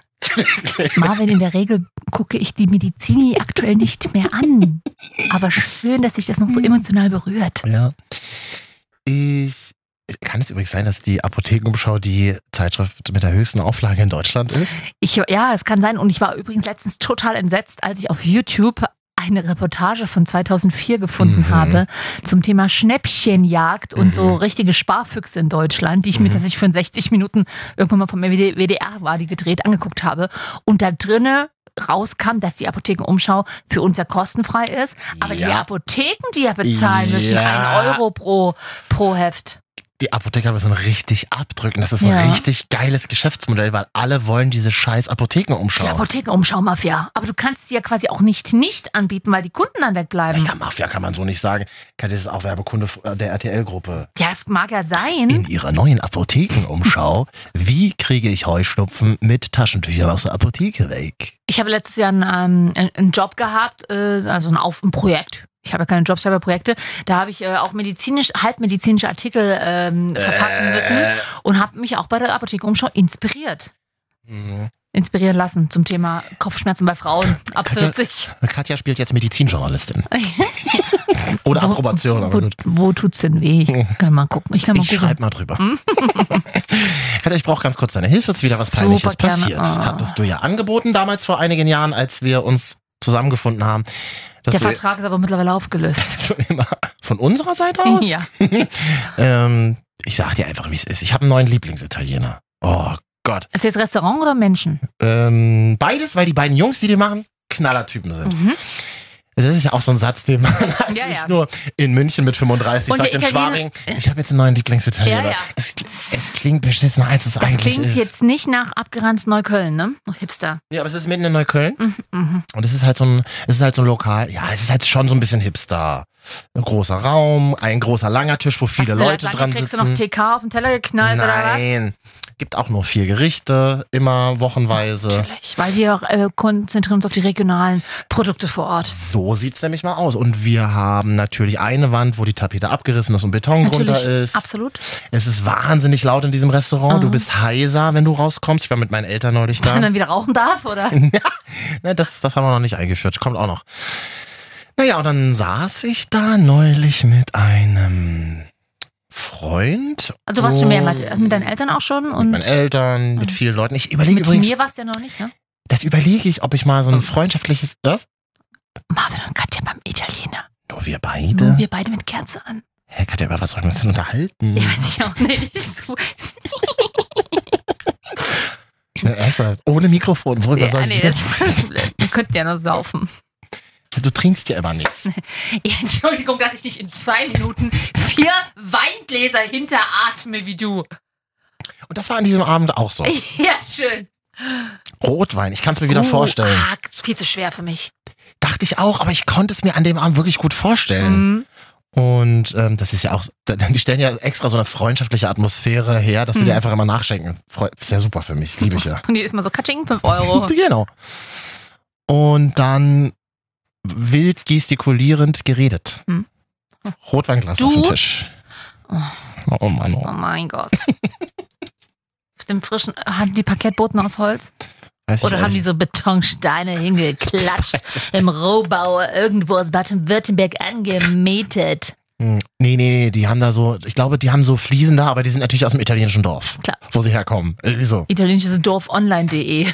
[SPEAKER 2] Marvin, in der Regel gucke ich die Medizini aktuell nicht mehr an. Aber schön, dass sich das noch so emotional berührt.
[SPEAKER 1] Ja. Ich. Kann es übrigens sein, dass die Apothekenumschau die Zeitschrift mit der höchsten Auflage in Deutschland ist?
[SPEAKER 2] Ich, ja, es kann sein. Und ich war übrigens letztens total entsetzt, als ich auf YouTube eine Reportage von zweitausendvier gefunden
[SPEAKER 1] Mhm.
[SPEAKER 2] habe zum Thema Schnäppchenjagd und
[SPEAKER 1] Mhm.
[SPEAKER 2] so richtige Sparfüchse in Deutschland, die ich mir
[SPEAKER 1] Mhm.
[SPEAKER 2] tatsächlich für sechzig Minuten irgendwann mal vom W D R war, die gedreht, angeguckt habe. Und da drinne rauskam, dass die Apothekenumschau für uns ja kostenfrei ist, aber
[SPEAKER 1] Ja.
[SPEAKER 2] die Apotheken, die ja bezahlen müssen,
[SPEAKER 1] Ja.
[SPEAKER 2] ein Euro pro, pro Heft.
[SPEAKER 1] Die Apotheker müssen richtig abdrücken. Das ist
[SPEAKER 2] Ja.
[SPEAKER 1] ein richtig geiles Geschäftsmodell, weil alle wollen diese scheiß Apothekenumschau.
[SPEAKER 2] Die Apothekenumschau-Mafia. Aber du kannst sie ja quasi auch nicht nicht anbieten, weil die Kunden dann wegbleiben.
[SPEAKER 1] Ja, Mafia kann man so nicht sagen. Das ist auch Werbekunde der R T L-Gruppe.
[SPEAKER 2] Ja, es mag ja sein.
[SPEAKER 1] In ihrer neuen Apothekenumschau, wie kriege ich Heuschnupfen mit Taschentüchern aus der Apotheke weg?
[SPEAKER 2] Ich habe letztes Jahr einen, ähm, einen Job gehabt, äh, also ein, Auf ein Projekt. Ich habe ja keine Jobs, ich habe ja Projekte. Da habe ich äh, auch medizinisch, halbmedizinische Artikel ähm, verfassen müssen und habe mich auch bei der Apothekenumschau inspiriert.
[SPEAKER 1] Mhm.
[SPEAKER 2] inspirieren lassen zum Thema Kopfschmerzen bei Frauen ab
[SPEAKER 1] Katja,
[SPEAKER 2] vierzig.
[SPEAKER 1] Katja spielt jetzt Medizinjournalistin. Oder
[SPEAKER 2] Wo-
[SPEAKER 1] Approbation, aber
[SPEAKER 2] Wo,
[SPEAKER 1] gut.
[SPEAKER 2] wo tut's denn weh? Ich kann mal gucken. Ich kann mal
[SPEAKER 1] Ich
[SPEAKER 2] gucken.
[SPEAKER 1] schreib mal drüber. Katja, ich brauche ganz kurz deine Hilfe. Es ist wieder was
[SPEAKER 2] Super
[SPEAKER 1] Peinliches
[SPEAKER 2] gerne.
[SPEAKER 1] passiert.
[SPEAKER 2] Ah.
[SPEAKER 1] Hattest du ja angeboten damals vor einigen Jahren, als wir uns zusammengefunden haben. Dass
[SPEAKER 2] Der
[SPEAKER 1] du
[SPEAKER 2] Vertrag ist aber mittlerweile aufgelöst.
[SPEAKER 1] immer von unserer Seite aus?
[SPEAKER 2] Ja.
[SPEAKER 1] ähm, ich sag dir einfach, wie es ist. Ich habe einen neuen Lieblingsitaliener. Oh Gott.
[SPEAKER 2] Ist jetzt Restaurant oder Menschen?
[SPEAKER 1] Ähm, beides, weil die beiden Jungs, die den machen, Knallertypen sind.
[SPEAKER 2] Mhm.
[SPEAKER 1] Das ist ja auch so ein Satz, den man eigentlich
[SPEAKER 2] Ja, ja.
[SPEAKER 1] nur in München mit fünfunddreißig
[SPEAKER 2] Und
[SPEAKER 1] sagt,
[SPEAKER 2] der
[SPEAKER 1] in
[SPEAKER 2] Italiener-
[SPEAKER 1] Schwabing, ich habe jetzt einen neuen Lieblingsitaliener.
[SPEAKER 2] Ja, ja.
[SPEAKER 1] Es, es klingt beschissener, als es
[SPEAKER 2] Das
[SPEAKER 1] eigentlich
[SPEAKER 2] klingt
[SPEAKER 1] ist.
[SPEAKER 2] jetzt nicht nach abgeranzt Neukölln, ne? Noch Hipster.
[SPEAKER 1] Ja, aber es ist mitten in Neukölln.
[SPEAKER 2] Mhm, mhm.
[SPEAKER 1] Und es ist halt so ein, es ist halt so ein Lokal, ja, es ist halt schon so ein bisschen Hipster. Ein großer Raum, ein großer langer Tisch, wo viele
[SPEAKER 2] Was,
[SPEAKER 1] Leute
[SPEAKER 2] lange
[SPEAKER 1] dran
[SPEAKER 2] kriegst
[SPEAKER 1] sitzen.
[SPEAKER 2] du noch T K auf den Teller geknallt oder was?
[SPEAKER 1] Nein, gibt auch nur vier Gerichte, immer wochenweise.
[SPEAKER 2] Natürlich, weil wir auch äh, konzentrieren uns auf die regionalen Produkte vor Ort.
[SPEAKER 1] So sieht's nämlich mal aus. Und wir haben natürlich eine Wand, wo die Tapete abgerissen ist und Beton drunter
[SPEAKER 2] Natürlich,
[SPEAKER 1] ist.
[SPEAKER 2] absolut.
[SPEAKER 1] Es ist wahnsinnig laut in diesem Restaurant.
[SPEAKER 2] Aha.
[SPEAKER 1] Du bist heiser, wenn du rauskommst. Ich war mit meinen Eltern neulich
[SPEAKER 2] Wenn man
[SPEAKER 1] da.
[SPEAKER 2] dann wieder rauchen darf, oder?
[SPEAKER 1] Ne, das, das haben wir noch nicht eingeführt. Kommt auch noch. Naja, und dann saß ich da neulich mit einem Freund.
[SPEAKER 2] Also du warst schon
[SPEAKER 1] und
[SPEAKER 2] mehrmals mit deinen Eltern auch schon
[SPEAKER 1] Mit
[SPEAKER 2] und
[SPEAKER 1] meinen Eltern, mit vielen Leuten. Ich überlege
[SPEAKER 2] mit
[SPEAKER 1] übrigens,
[SPEAKER 2] mir warst du ja noch nicht, ne?
[SPEAKER 1] das überlege ich, ob ich mal so ein freundschaftliches. Was?
[SPEAKER 2] Marvin und Katja beim Italiener.
[SPEAKER 1] Nur wir beide?
[SPEAKER 2] Nur wir beide mit Kerze an.
[SPEAKER 1] Hä, Katja, über was sollen wir uns denn unterhalten?
[SPEAKER 2] Ja, weiß ich auch nicht. Das ist so,
[SPEAKER 1] Ja, ernsthaft. Ohne Mikrofon. Worüber
[SPEAKER 2] ja,
[SPEAKER 1] soll
[SPEAKER 2] nee,
[SPEAKER 1] ich
[SPEAKER 2] das, das, wir könnten ja noch saufen.
[SPEAKER 1] Du trinkst ja immer nichts.
[SPEAKER 2] Ja, Entschuldigung, dass ich nicht in zwei Minuten vier Weingläser hinteratme wie du.
[SPEAKER 1] Und das war an diesem Abend auch so.
[SPEAKER 2] Ja, schön.
[SPEAKER 1] Rotwein, ich kann es mir wieder
[SPEAKER 2] Oh,
[SPEAKER 1] vorstellen.
[SPEAKER 2] Ah, ist viel zu schwer für mich.
[SPEAKER 1] Dachte ich auch, aber ich konnte es mir an dem Abend wirklich gut vorstellen.
[SPEAKER 2] Mhm.
[SPEAKER 1] Und ähm, das ist ja auch, die stellen ja extra so eine freundschaftliche Atmosphäre her, dass sie
[SPEAKER 2] Mhm.
[SPEAKER 1] dir einfach immer nachschenken. Freu- Ist ja super für mich, liebe ich ja.
[SPEAKER 2] Und die ist mal so Katsching, fünf Euro.
[SPEAKER 1] Genau. Und dann wild gestikulierend geredet.
[SPEAKER 2] Hm.
[SPEAKER 1] Rotweinglas
[SPEAKER 2] Du?
[SPEAKER 1] auf dem Tisch. Oh Mann,
[SPEAKER 2] Oh
[SPEAKER 1] oh.
[SPEAKER 2] mein Gott. Auf dem frischen, haben die Parkettboden aus Holz?
[SPEAKER 1] Weiß ich
[SPEAKER 2] Oder haben die
[SPEAKER 1] ehrlich-
[SPEAKER 2] so Betonsteine hingeklatscht, im Rohbau irgendwo aus Baden-Württemberg angemietet?
[SPEAKER 1] Hm, Nee, nee, nee, die haben da so, ich glaube, die haben so Fliesen da, aber die sind natürlich aus dem italienischen Dorf,
[SPEAKER 2] Klar.
[SPEAKER 1] wo sie herkommen. Irgendwie so.
[SPEAKER 2] Italienisches Dorf online punkt de.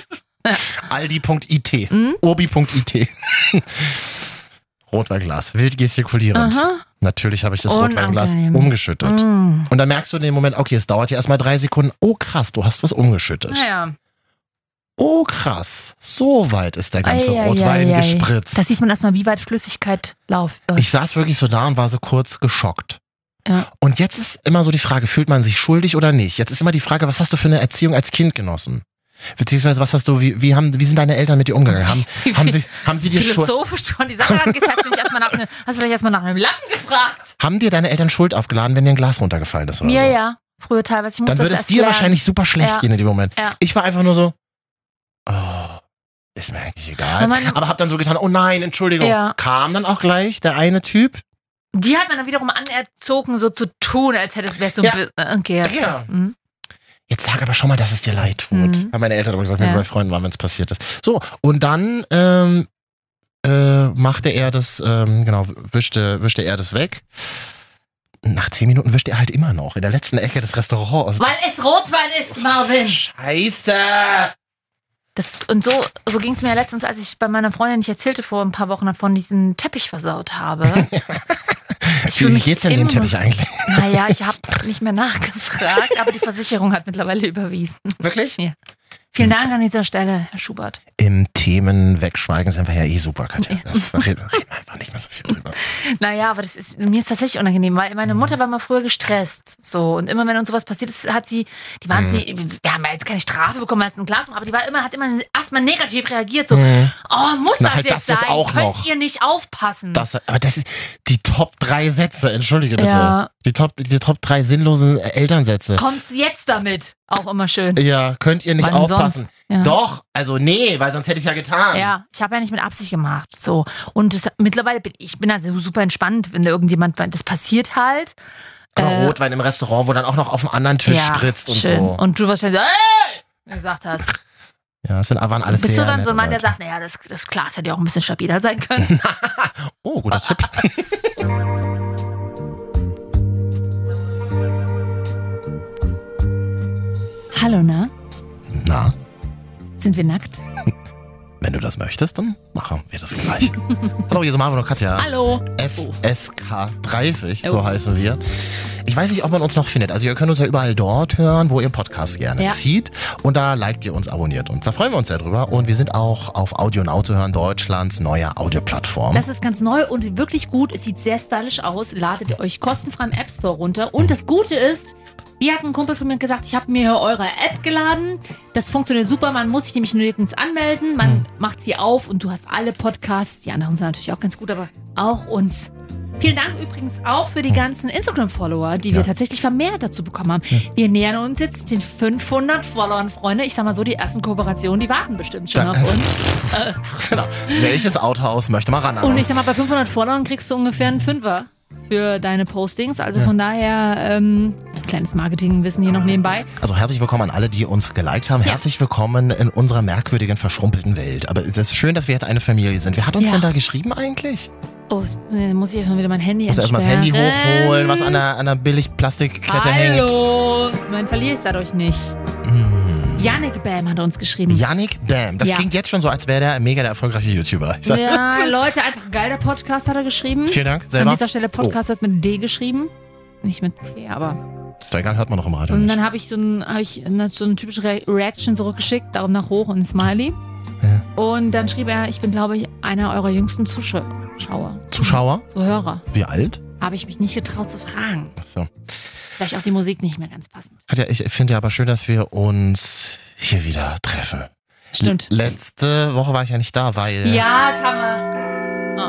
[SPEAKER 1] Aldi punkt it,
[SPEAKER 2] Hm?
[SPEAKER 1] Obi punkt it. Rotweinglas, wild gestikulierend.
[SPEAKER 2] Aha.
[SPEAKER 1] Natürlich habe ich das Rotweinglas
[SPEAKER 2] Unangenehm.
[SPEAKER 1] umgeschüttet.
[SPEAKER 2] Mm.
[SPEAKER 1] Und dann merkst du in dem Moment, okay, es dauert ja erstmal drei Sekunden. Oh krass, du hast was umgeschüttet.
[SPEAKER 2] Naja.
[SPEAKER 1] Oh krass, so weit ist der ganze
[SPEAKER 2] Ei, ei,
[SPEAKER 1] Rotwein
[SPEAKER 2] ei, ei.
[SPEAKER 1] gespritzt.
[SPEAKER 2] Da sieht man erstmal, wie weit Flüssigkeit läuft.
[SPEAKER 1] Ich saß wirklich so da und war so kurz geschockt.
[SPEAKER 2] Ja.
[SPEAKER 1] Und jetzt ist immer so die Frage, fühlt man sich schuldig oder nicht? Jetzt ist immer die Frage, was hast du für eine Erziehung als Kind genossen? Beziehungsweise, was hast du, wie, wie, haben, wie sind deine Eltern mit dir umgegangen? Haben,
[SPEAKER 2] Wie
[SPEAKER 1] haben,
[SPEAKER 2] viel
[SPEAKER 1] sie, haben, sie dir Schuld,
[SPEAKER 2] Philosophisch schon die Sache angehst, hast du, nicht erst mal nach ne, hast du vielleicht erstmal nach einem Lappen gefragt?
[SPEAKER 1] haben dir deine Eltern Schuld aufgeladen, wenn dir ein Glas runtergefallen ist? Oder
[SPEAKER 2] Mir
[SPEAKER 1] so?
[SPEAKER 2] ja. Früher teilweise. Ich musste
[SPEAKER 1] Dann würde
[SPEAKER 2] das
[SPEAKER 1] es
[SPEAKER 2] erst
[SPEAKER 1] dir
[SPEAKER 2] lernen.
[SPEAKER 1] wahrscheinlich super schlecht
[SPEAKER 2] Ja.
[SPEAKER 1] gehen in dem Moment.
[SPEAKER 2] Ja.
[SPEAKER 1] Ich war einfach nur so, oh, ist mir eigentlich egal.
[SPEAKER 2] Aber meine-
[SPEAKER 1] Aber hab dann so getan, oh nein, Entschuldigung.
[SPEAKER 2] Ja.
[SPEAKER 1] Kam dann auch gleich der eine Typ.
[SPEAKER 2] Die hat man dann wiederum anerzogen, so zu tun, als hätte es wäre so
[SPEAKER 1] Ja.
[SPEAKER 2] ein Bi- okay.
[SPEAKER 1] Ja.
[SPEAKER 2] Mhm.
[SPEAKER 1] Jetzt sag aber schon mal, dass es dir leid tut.
[SPEAKER 2] Mhm.
[SPEAKER 1] Haben meine Eltern aber gesagt, wenn
[SPEAKER 2] Ja.
[SPEAKER 1] wir bei Freunden waren, wenn es passiert ist. So, und dann ähm, äh, machte er das, ähm, genau, wischte, wischte er das weg. Nach zehn Minuten wischt er halt immer noch in der letzten Ecke des Restaurants.
[SPEAKER 2] Weil es Rotwein ist, Marvin.
[SPEAKER 1] Scheiße!
[SPEAKER 2] Das, und so, so ging es mir ja letztens, als ich bei meiner Freundin, ich erzählte vor ein paar Wochen davon, diesen Teppich versaut habe. Ich fühl
[SPEAKER 1] Wie
[SPEAKER 2] mich
[SPEAKER 1] geht's denn dem
[SPEAKER 2] immer-
[SPEAKER 1] Teppich eigentlich?
[SPEAKER 2] Naja, ich habe nicht mehr nachgefragt, aber die Versicherung hat mittlerweile überwiesen.
[SPEAKER 1] Wirklich?
[SPEAKER 2] Ja. Vielen Dank an dieser Stelle, Herr Schubert.
[SPEAKER 1] Im Themen wegschweigen sind wir ja eh super, Katja. Das reden, reden wir einfach nicht mehr so viel drüber.
[SPEAKER 2] Naja, aber das ist, mir ist tatsächlich unangenehm, weil meine Mutter war mal früher gestresst. So, und immer wenn uns sowas passiert ist, hat sie, die waren
[SPEAKER 1] Mhm.
[SPEAKER 2] sie, wir haben ja jetzt keine Strafe bekommen als ein Glas, aber die war immer, hat immer erstmal negativ reagiert. So,
[SPEAKER 1] Mhm.
[SPEAKER 2] oh, muss
[SPEAKER 1] Na,
[SPEAKER 2] das
[SPEAKER 1] halt
[SPEAKER 2] jetzt
[SPEAKER 1] das jetzt
[SPEAKER 2] sein?
[SPEAKER 1] auch
[SPEAKER 2] Könnt
[SPEAKER 1] noch.
[SPEAKER 2] ihr nicht aufpassen?
[SPEAKER 1] Das, aber das ist die Top drei Sätze, entschuldige bitte.
[SPEAKER 2] Ja.
[SPEAKER 1] Die Top, die Top drei sinnlosen Elternsätze.
[SPEAKER 2] Kommst du jetzt damit? Auch immer schön.
[SPEAKER 1] Ja, könnt ihr nicht
[SPEAKER 2] Wann
[SPEAKER 1] aufpassen.
[SPEAKER 2] sonst? Ja.
[SPEAKER 1] Doch, also nee, weil sonst hätte ich es ja getan.
[SPEAKER 2] Ja, ich habe ja nicht mit Absicht gemacht. So. Und das, mittlerweile bin ich bin also super entspannt, wenn da irgendjemand, das passiert halt.
[SPEAKER 1] Aber
[SPEAKER 2] Äh,
[SPEAKER 1] Rotwein im Restaurant, wo dann auch noch auf dem anderen Tisch
[SPEAKER 2] ja,
[SPEAKER 1] spritzt und
[SPEAKER 2] schön.
[SPEAKER 1] so.
[SPEAKER 2] Und du wahrscheinlich so, hey! gesagt hast.
[SPEAKER 1] Ja, es sind, waren alles
[SPEAKER 2] Bist
[SPEAKER 1] sehr
[SPEAKER 2] du dann so ein Mann, der
[SPEAKER 1] Leute.
[SPEAKER 2] sagt, naja, das, das Glas hätte ja auch ein bisschen stabiler sein können?
[SPEAKER 1] Oh, guter Tipp.
[SPEAKER 2] Hallo, na?
[SPEAKER 1] Na,
[SPEAKER 2] Sind wir nackt?
[SPEAKER 1] wenn du das möchtest, dann machen wir das gleich. Hallo, hier sind Marvin und Katja.
[SPEAKER 2] Hallo.
[SPEAKER 1] F S K dreißig,
[SPEAKER 2] Oh.
[SPEAKER 1] so heißen wir. Ich weiß nicht, ob man uns noch findet. Also ihr könnt uns ja überall dort hören, wo ihr Podcast gerne
[SPEAKER 2] Ja.
[SPEAKER 1] zieht. Und da liked ihr uns, abonniert uns. Da freuen wir uns sehr drüber. Und wir sind auch auf Audio Now zu hören, Deutschlands neue Audioplattform.
[SPEAKER 2] Das ist ganz neu und wirklich gut. Es sieht sehr stylisch aus. Ladet ihr euch kostenfrei im App Store runter. Und das Gute ist, wie hat ein Kumpel von mir gesagt, ich habe mir hier eure App geladen. Das funktioniert super. Man muss sich nämlich nirgends anmelden. Man
[SPEAKER 1] Hm.
[SPEAKER 2] macht sie auf und du hast alle Podcasts. Die anderen sind natürlich auch ganz gut, aber auch uns. Vielen Dank übrigens auch für die ganzen Instagram-Follower, die wir
[SPEAKER 1] Ja.
[SPEAKER 2] tatsächlich vermehrt dazu bekommen haben. Wir nähern uns jetzt den fünfhundert Followern, Freunde. Ich sag mal so, die ersten Kooperationen, die warten bestimmt schon
[SPEAKER 1] Da-
[SPEAKER 2] auf uns. Äh,
[SPEAKER 1] Genau. Welches Autohaus möchte mal ran?
[SPEAKER 2] und ich sag mal, bei fünfhundert Followern kriegst du ungefähr einen Fünfer für deine Postings. Also von daher, ähm, kleines Marketingwissen hier noch nebenbei.
[SPEAKER 1] Also herzlich willkommen an alle, die uns geliked haben.
[SPEAKER 2] Ja.
[SPEAKER 1] Herzlich willkommen in unserer merkwürdigen, verschrumpelten Welt. Aber es ist schön, dass wir jetzt eine Familie sind. Wer hat uns
[SPEAKER 2] Ja.
[SPEAKER 1] denn da geschrieben eigentlich?
[SPEAKER 2] Oh, dann muss ich erstmal wieder mein Handy
[SPEAKER 1] Muss erstmal das Handy hochholen, was an einer, an einer Billig-Plastikkette hängt.
[SPEAKER 2] Hallo! Man verliere ich dadurch nicht.
[SPEAKER 1] Hm.
[SPEAKER 2] Yannick Bam hat uns geschrieben.
[SPEAKER 1] Yannick Bam. Das
[SPEAKER 2] Ja.
[SPEAKER 1] klingt jetzt schon so, als wäre der mega der erfolgreiche YouTuber. Ich sag,
[SPEAKER 2] Ja, Leute, einfach geil, der Podcast hat er geschrieben.
[SPEAKER 1] Vielen Dank,
[SPEAKER 2] An
[SPEAKER 1] selber.
[SPEAKER 2] dieser Stelle Podcast wird mit D geschrieben. Nicht mit T, aber.
[SPEAKER 1] Ist doch egal, hört man noch im Radio
[SPEAKER 2] Und
[SPEAKER 1] nicht.
[SPEAKER 2] dann habe ich so, ein, hab ich eine, so eine typische Re Reaction zurückgeschickt, darum nach hoch und ein Smiley.
[SPEAKER 1] Ja.
[SPEAKER 2] Und dann schrieb er, ich bin, glaube ich, einer eurer jüngsten Zuschauer.
[SPEAKER 1] Zuschauer?
[SPEAKER 2] Zuhörer.
[SPEAKER 1] Wie alt?
[SPEAKER 2] Habe ich mich nicht getraut zu fragen.
[SPEAKER 1] Ach so.
[SPEAKER 2] Vielleicht auch die Musik nicht mehr ganz passend.
[SPEAKER 1] Katja, ich finde ja aber schön, dass wir uns hier wieder treffen.
[SPEAKER 2] Stimmt.
[SPEAKER 1] Letzte Woche war ich ja nicht da, weil
[SPEAKER 2] Ja, das haben wir.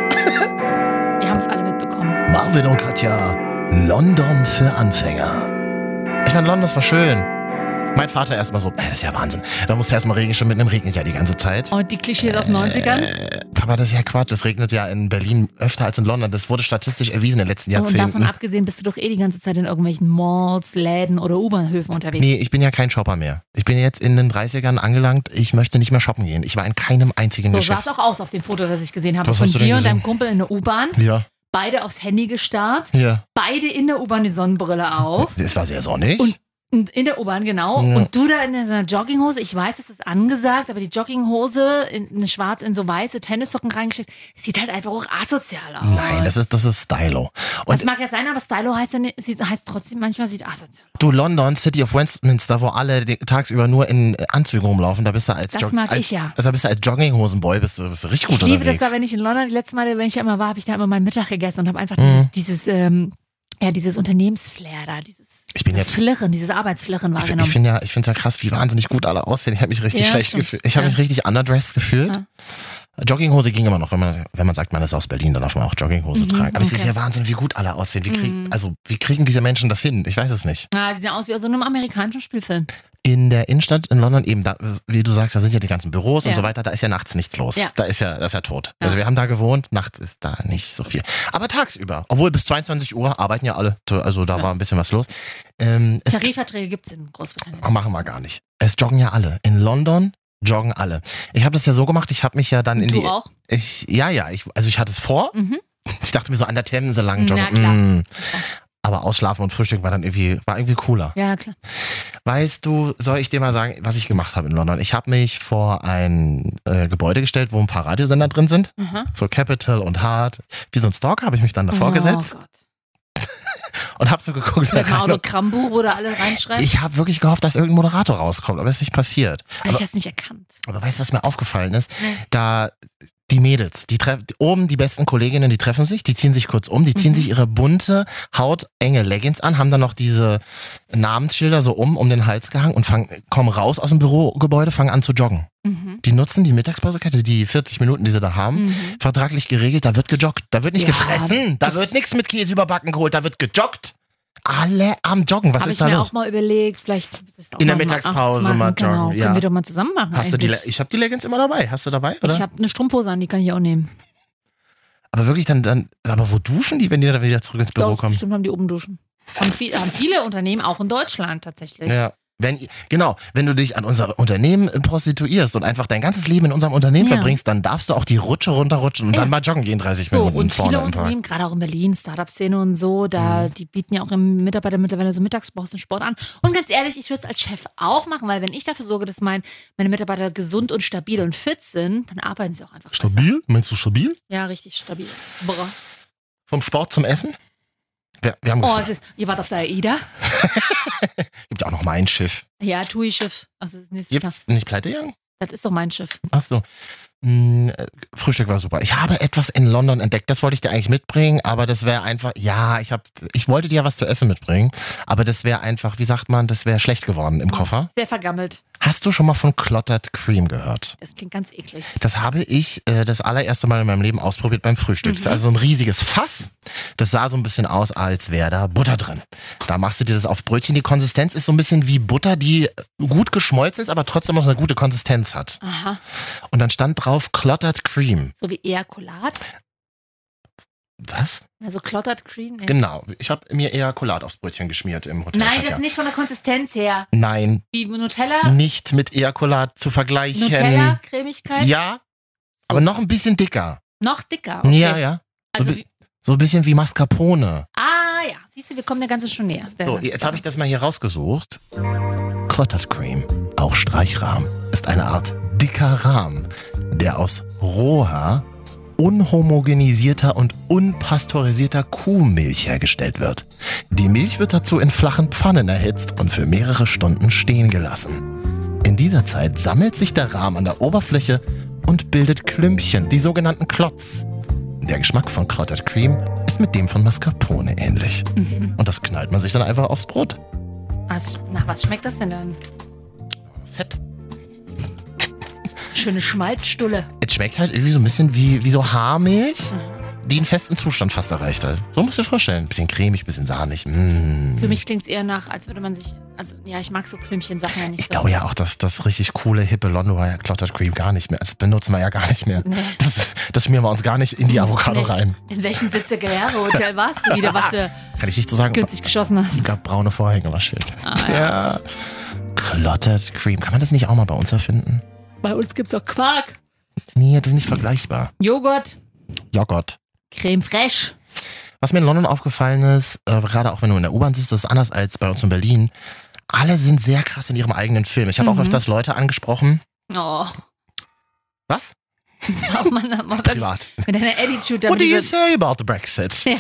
[SPEAKER 2] Oh. Wir haben es alle mitbekommen.
[SPEAKER 1] Marvin und Katja, London für Anfänger. Ich meine, London, das war schön. Mein Vater erstmal so, ey, das ist ja Wahnsinn. Da musst du erstmal Regen schon mitnehmen, regnet ja die ganze Zeit.
[SPEAKER 2] Und die Klischees aus den neunzigern.
[SPEAKER 1] Äh, Papa, das ist ja Quatsch. Es regnet ja in Berlin öfter als in London. Das wurde statistisch erwiesen in den letzten
[SPEAKER 2] Und davon
[SPEAKER 1] Jahrzehnten.
[SPEAKER 2] abgesehen bist du doch eh die ganze Zeit in irgendwelchen Malls, Läden oder U-Bahnhöfen unterwegs.
[SPEAKER 1] Nee, ich bin ja kein Shopper mehr. Ich bin jetzt in den dreißigern angelangt. Ich möchte nicht mehr shoppen gehen. Ich war in keinem einzigen
[SPEAKER 2] So sah
[SPEAKER 1] Geschäft.
[SPEAKER 2] es auch aus auf dem Foto, das ich gesehen habe.
[SPEAKER 1] Was
[SPEAKER 2] Von
[SPEAKER 1] hast du denn
[SPEAKER 2] dir und
[SPEAKER 1] gesehen?
[SPEAKER 2] deinem Kumpel in der U-Bahn.
[SPEAKER 1] Ja,
[SPEAKER 2] Beide aufs Handy gestarrt.
[SPEAKER 1] ja.
[SPEAKER 2] Beide in der U-Bahn die Sonnenbrille auf.
[SPEAKER 1] Es war sehr sonnig.
[SPEAKER 2] Und Und in der U-Bahn, genau.
[SPEAKER 1] Ja.
[SPEAKER 2] Und du da in so einer Jogginghose, ich weiß, es ist angesagt, aber die Jogginghose in eine schwarz in so weiße Tennissocken reingesteckt, sieht halt einfach auch asozial aus.
[SPEAKER 1] Nein, das ist, das ist Stylo.
[SPEAKER 2] Das
[SPEAKER 1] Und
[SPEAKER 2] mag ja sein, aber Stylo heißt, ja nicht, sieht- heißt trotzdem, manchmal sieht asozial aus.
[SPEAKER 1] du, London, City of Westminster, wo alle die, tagsüber nur in Anzügen rumlaufen, da bist du als,
[SPEAKER 2] Das
[SPEAKER 1] Jog-
[SPEAKER 2] mag
[SPEAKER 1] als,
[SPEAKER 2] ich ja.
[SPEAKER 1] also da bist du als Jogginghosenboy, bist du, bist du richtig gut
[SPEAKER 2] Ich liebe das
[SPEAKER 1] unterwegs.
[SPEAKER 2] da, wenn ich in London, die letzte Mal, wenn ich da immer war, habe ich da immer meinen Mittag gegessen und habe einfach
[SPEAKER 1] Mhm.
[SPEAKER 2] dieses, dieses, ähm, ja, dieses Unternehmensflair da, dieses,
[SPEAKER 1] Ich bin
[SPEAKER 2] dieses
[SPEAKER 1] jetzt-
[SPEAKER 2] Flirren, dieses Arbeitsflirren
[SPEAKER 1] Ich,
[SPEAKER 2] wahrgenommen.
[SPEAKER 1] ich finde ja, ich finde ja krass, wie wahnsinnig gut alle aussehen. Ich habe mich richtig
[SPEAKER 2] Ja,
[SPEAKER 1] schlecht
[SPEAKER 2] stimmt.
[SPEAKER 1] gefühlt. Ich habe
[SPEAKER 2] Ja.
[SPEAKER 1] mich richtig underdressed gefühlt.
[SPEAKER 2] Ja.
[SPEAKER 1] Jogginghose ging immer noch, wenn man, wenn man sagt, man ist aus Berlin, dann darf man auch Jogginghose
[SPEAKER 2] Mhm,
[SPEAKER 1] tragen. Aber es ist
[SPEAKER 2] okay.
[SPEAKER 1] ja Wahnsinn, wie gut alle aussehen. Wie, krieg,
[SPEAKER 2] Mhm.
[SPEAKER 1] also, wie kriegen diese Menschen das hin? Ich weiß es nicht.
[SPEAKER 2] Ah, sie sehen aus wie aus so einem amerikanischen Spielfilm.
[SPEAKER 1] In der Innenstadt in London eben, da, wie du sagst, da sind ja die ganzen Büros und
[SPEAKER 2] Ja.
[SPEAKER 1] so weiter, da ist ja nachts nichts los.
[SPEAKER 2] Ja.
[SPEAKER 1] Da ist ja, das ist ja tot.
[SPEAKER 2] Ja.
[SPEAKER 1] Also wir haben da gewohnt, nachts ist da nicht so viel. Aber tagsüber, obwohl bis zweiundzwanzig Uhr arbeiten ja alle, also da
[SPEAKER 2] Ja.
[SPEAKER 1] war ein bisschen was los. Ähm, es
[SPEAKER 2] Tarifverträge gibt es in Großbritannien.
[SPEAKER 1] Oh, machen wir gar nicht. Es joggen ja alle. In London joggen alle. Ich habe das ja so gemacht, ich habe mich ja dann in
[SPEAKER 2] Du
[SPEAKER 1] die...
[SPEAKER 2] auch?
[SPEAKER 1] Ich, ja, ja, ich, also ich hatte es vor.
[SPEAKER 2] Mhm.
[SPEAKER 1] Ich dachte mir so an der Themse lang joggen.
[SPEAKER 2] Na klar.
[SPEAKER 1] Mm. Aber ausschlafen und Frühstück war dann irgendwie, war irgendwie cooler.
[SPEAKER 2] Ja, klar.
[SPEAKER 1] Weißt du, soll ich dir mal sagen, was ich gemacht habe in London? Ich habe mich vor ein äh, Gebäude gestellt, wo ein paar Radiosender drin sind.
[SPEAKER 2] Aha.
[SPEAKER 1] So Capital und Hard. Wie so ein Stalker habe ich mich dann davor
[SPEAKER 2] Oh
[SPEAKER 1] gesetzt
[SPEAKER 2] Gott.
[SPEAKER 1] und habe so geguckt. wer
[SPEAKER 2] Mit einem
[SPEAKER 1] rein-
[SPEAKER 2] Autogrammbuch, wo da alle reinschreiben.
[SPEAKER 1] Ich habe wirklich gehofft, dass irgendein Moderator rauskommt, aber es ist nicht passiert.
[SPEAKER 2] Habe ich das nicht erkannt.
[SPEAKER 1] Aber weißt du, was mir aufgefallen ist?
[SPEAKER 2] Nee.
[SPEAKER 1] Da die Mädels, die treffen oben die besten Kolleginnen, die treffen sich, die ziehen sich kurz um, die ziehen
[SPEAKER 2] Mhm.
[SPEAKER 1] sich ihre bunte, hautenge Leggings an, haben dann noch diese Namensschilder so um, um den Hals gehangen und fangen, kommen raus aus dem Bürogebäude, fangen an zu joggen.
[SPEAKER 2] Mhm.
[SPEAKER 1] Die nutzen die Mittagspausekette, die vierzig Minuten, die sie da haben,
[SPEAKER 2] Mhm.
[SPEAKER 1] vertraglich geregelt, da wird gejoggt. Da wird nicht
[SPEAKER 2] Ja,
[SPEAKER 1] gefressen, da
[SPEAKER 2] das-
[SPEAKER 1] wird nichts mit Käse überbacken geholt, da wird gejoggt. Alle am Joggen, was
[SPEAKER 2] Habe
[SPEAKER 1] ist
[SPEAKER 2] ich
[SPEAKER 1] da
[SPEAKER 2] mir
[SPEAKER 1] los?
[SPEAKER 2] auch mal überlegt, vielleicht das auch
[SPEAKER 1] In der
[SPEAKER 2] mal
[SPEAKER 1] Mittagspause
[SPEAKER 2] machen,
[SPEAKER 1] mal
[SPEAKER 2] genau.
[SPEAKER 1] joggen, ja.
[SPEAKER 2] Können wir doch mal zusammen machen
[SPEAKER 1] Hast du die,
[SPEAKER 2] eigentlich.
[SPEAKER 1] Le- ich habe die Leggings immer dabei. Hast du dabei, oder?
[SPEAKER 2] Ich habe eine Strumpfhose an, die kann ich auch nehmen.
[SPEAKER 1] Aber wirklich dann, dann, aber wo duschen die, wenn die dann wieder zurück ins Büro
[SPEAKER 2] Doch,
[SPEAKER 1] kommen?
[SPEAKER 2] bestimmt haben die oben duschen. Haben, viel, haben viele Unternehmen, auch in Deutschland tatsächlich.
[SPEAKER 1] Ja. Wenn, genau, wenn du dich an unser Unternehmen prostituierst und einfach dein ganzes Leben in unserem Unternehmen
[SPEAKER 2] Ja.
[SPEAKER 1] verbringst, dann darfst du auch die Rutsche runterrutschen und
[SPEAKER 2] Ja.
[SPEAKER 1] dann mal joggen gehen, dreißig
[SPEAKER 2] So,
[SPEAKER 1] Minuten
[SPEAKER 2] und
[SPEAKER 1] vorne
[SPEAKER 2] viele
[SPEAKER 1] im Park.
[SPEAKER 2] Unternehmen, gerade auch in Berlin, Startup-Szene und so, da
[SPEAKER 1] Mhm.
[SPEAKER 2] die bieten ja auch ihren Mitarbeitern mittlerweile so Mittagspausen Sport an. Und ganz ehrlich, ich würde es als Chef auch machen, weil wenn ich dafür sorge, dass mein, meine Mitarbeiter gesund und stabil und fit sind, dann arbeiten sie auch einfach besser.
[SPEAKER 1] Stabil? Meinst du stabil?
[SPEAKER 2] Ja, richtig stabil. Brr.
[SPEAKER 1] Vom Sport zum Essen? Wir, wir haben
[SPEAKER 2] Oh,
[SPEAKER 1] gefragt.
[SPEAKER 2] es ist, ihr wart auf der AIDA?
[SPEAKER 1] Gibt ja auch noch mein Schiff.
[SPEAKER 2] Ja, TUI-Schiff. Also das nächste Jahr.
[SPEAKER 1] Gibt's nicht pleite gegangen?
[SPEAKER 2] Das ist doch mein Schiff.
[SPEAKER 1] Ach so. Hm, äh, Frühstück war super. Ich habe etwas in London entdeckt, das wollte ich dir eigentlich mitbringen, aber das wäre einfach, ja, ich hab, ich wollte dir was zu essen mitbringen, aber das wäre einfach, wie sagt man, das wäre schlecht geworden im Koffer.
[SPEAKER 2] Sehr vergammelt.
[SPEAKER 1] Hast du schon mal von Clotted Cream gehört?
[SPEAKER 2] Das klingt ganz eklig.
[SPEAKER 1] Das habe ich äh, das allererste Mal in meinem Leben ausprobiert beim Frühstück. Das ist also so ein riesiges Fass. Das sah so ein bisschen aus, als wäre da Butter drin. Da machst du dir das auf Brötchen. Die Konsistenz ist so ein bisschen wie Butter, die gut geschmolzen ist, aber trotzdem noch eine gute Konsistenz hat.
[SPEAKER 2] Aha.
[SPEAKER 1] Und dann stand drauf Clotted Cream.
[SPEAKER 2] So wie Ejakulat.
[SPEAKER 1] Was?
[SPEAKER 2] Also Clotted Cream. Nee.
[SPEAKER 1] Genau. Ich habe mir Ejakulat aufs Brötchen geschmiert im Hotel.
[SPEAKER 2] Nein,
[SPEAKER 1] Katja.
[SPEAKER 2] das ist nicht von der Konsistenz her.
[SPEAKER 1] Nein,
[SPEAKER 2] Wie Nutella?
[SPEAKER 1] nicht mit Ejakulat zu vergleichen.
[SPEAKER 2] Nutella, Cremigkeit?
[SPEAKER 1] Ja, aber noch ein bisschen dicker.
[SPEAKER 2] Noch dicker. Okay.
[SPEAKER 1] Ja, ja. So,
[SPEAKER 2] Also,
[SPEAKER 1] bi- so ein bisschen wie Mascarpone.
[SPEAKER 2] ah ja, siehst du, wir kommen der ganze schon näher. Sehr
[SPEAKER 1] So,
[SPEAKER 2] gut.
[SPEAKER 1] jetzt habe ich das mal hier rausgesucht. Clotted Cream, auch Streichrahm, ist eine Art dicker Rahm, der aus roher, unhomogenisierter und unpasteurisierter Kuhmilch hergestellt wird. Die Milch wird dazu in flachen Pfannen erhitzt und für mehrere Stunden stehen gelassen. In dieser Zeit sammelt sich der Rahm an der Oberfläche und bildet Klümpchen, die sogenannten Klotz. Der Geschmack von Clotted Cream ist mit dem von Mascarpone ähnlich.
[SPEAKER 2] Mhm.
[SPEAKER 1] Und das knallt man sich dann einfach aufs Brot.
[SPEAKER 2] Was, nach was schmeckt das denn dann?
[SPEAKER 1] Fett.
[SPEAKER 2] Schöne Schmalzstulle.
[SPEAKER 1] Es schmeckt halt irgendwie so ein bisschen wie, wie so Haarmilch, die einen festen Zustand fast erreicht hat. So musst du dir vorstellen. Bisschen cremig, bisschen sahnig. Mm.
[SPEAKER 2] Für mich klingt es eher nach, als würde man sich. Also, ja, ich mag so Klümpchen-Sachen ja nicht
[SPEAKER 1] Ich
[SPEAKER 2] so.
[SPEAKER 1] glaube ja auch, dass das richtig coole, hippe Londoner Clotted Cream gar nicht mehr. Das benutzen wir ja gar nicht mehr.
[SPEAKER 2] Nee.
[SPEAKER 1] Das, das schmieren wir uns gar nicht in die Avocado
[SPEAKER 2] Nee.
[SPEAKER 1] rein.
[SPEAKER 2] In welchem Sitze-Hotel warst du wieder, was du
[SPEAKER 1] Kann ich nicht so sagen.
[SPEAKER 2] günstig geschossen
[SPEAKER 1] Es
[SPEAKER 2] hast?
[SPEAKER 1] gab braune Vorhänge, war schön.
[SPEAKER 2] Ah, ja.
[SPEAKER 1] Ja. Clotted Cream. Kann man das nicht auch mal bei uns erfinden?
[SPEAKER 2] Bei uns gibt's auch Quark.
[SPEAKER 1] Nee, das ist nicht vergleichbar.
[SPEAKER 2] Joghurt,
[SPEAKER 1] Joghurt.
[SPEAKER 2] Creme fraiche.
[SPEAKER 1] Was mir in London aufgefallen ist, äh, gerade auch wenn du in der U-Bahn sitzt, das ist anders als bei uns in Berlin. Alle sind sehr krass in ihrem eigenen Film. Ich habe
[SPEAKER 2] Mhm.
[SPEAKER 1] auch öfters Leute angesprochen.
[SPEAKER 2] Oh,
[SPEAKER 1] Was?
[SPEAKER 2] oh Mann, Mann, wirklich.
[SPEAKER 1] Privat.
[SPEAKER 2] Mit deiner Attitude. da
[SPEAKER 1] What do
[SPEAKER 2] mit
[SPEAKER 1] you
[SPEAKER 2] dieser-
[SPEAKER 1] say about the Brexit?
[SPEAKER 2] Ja.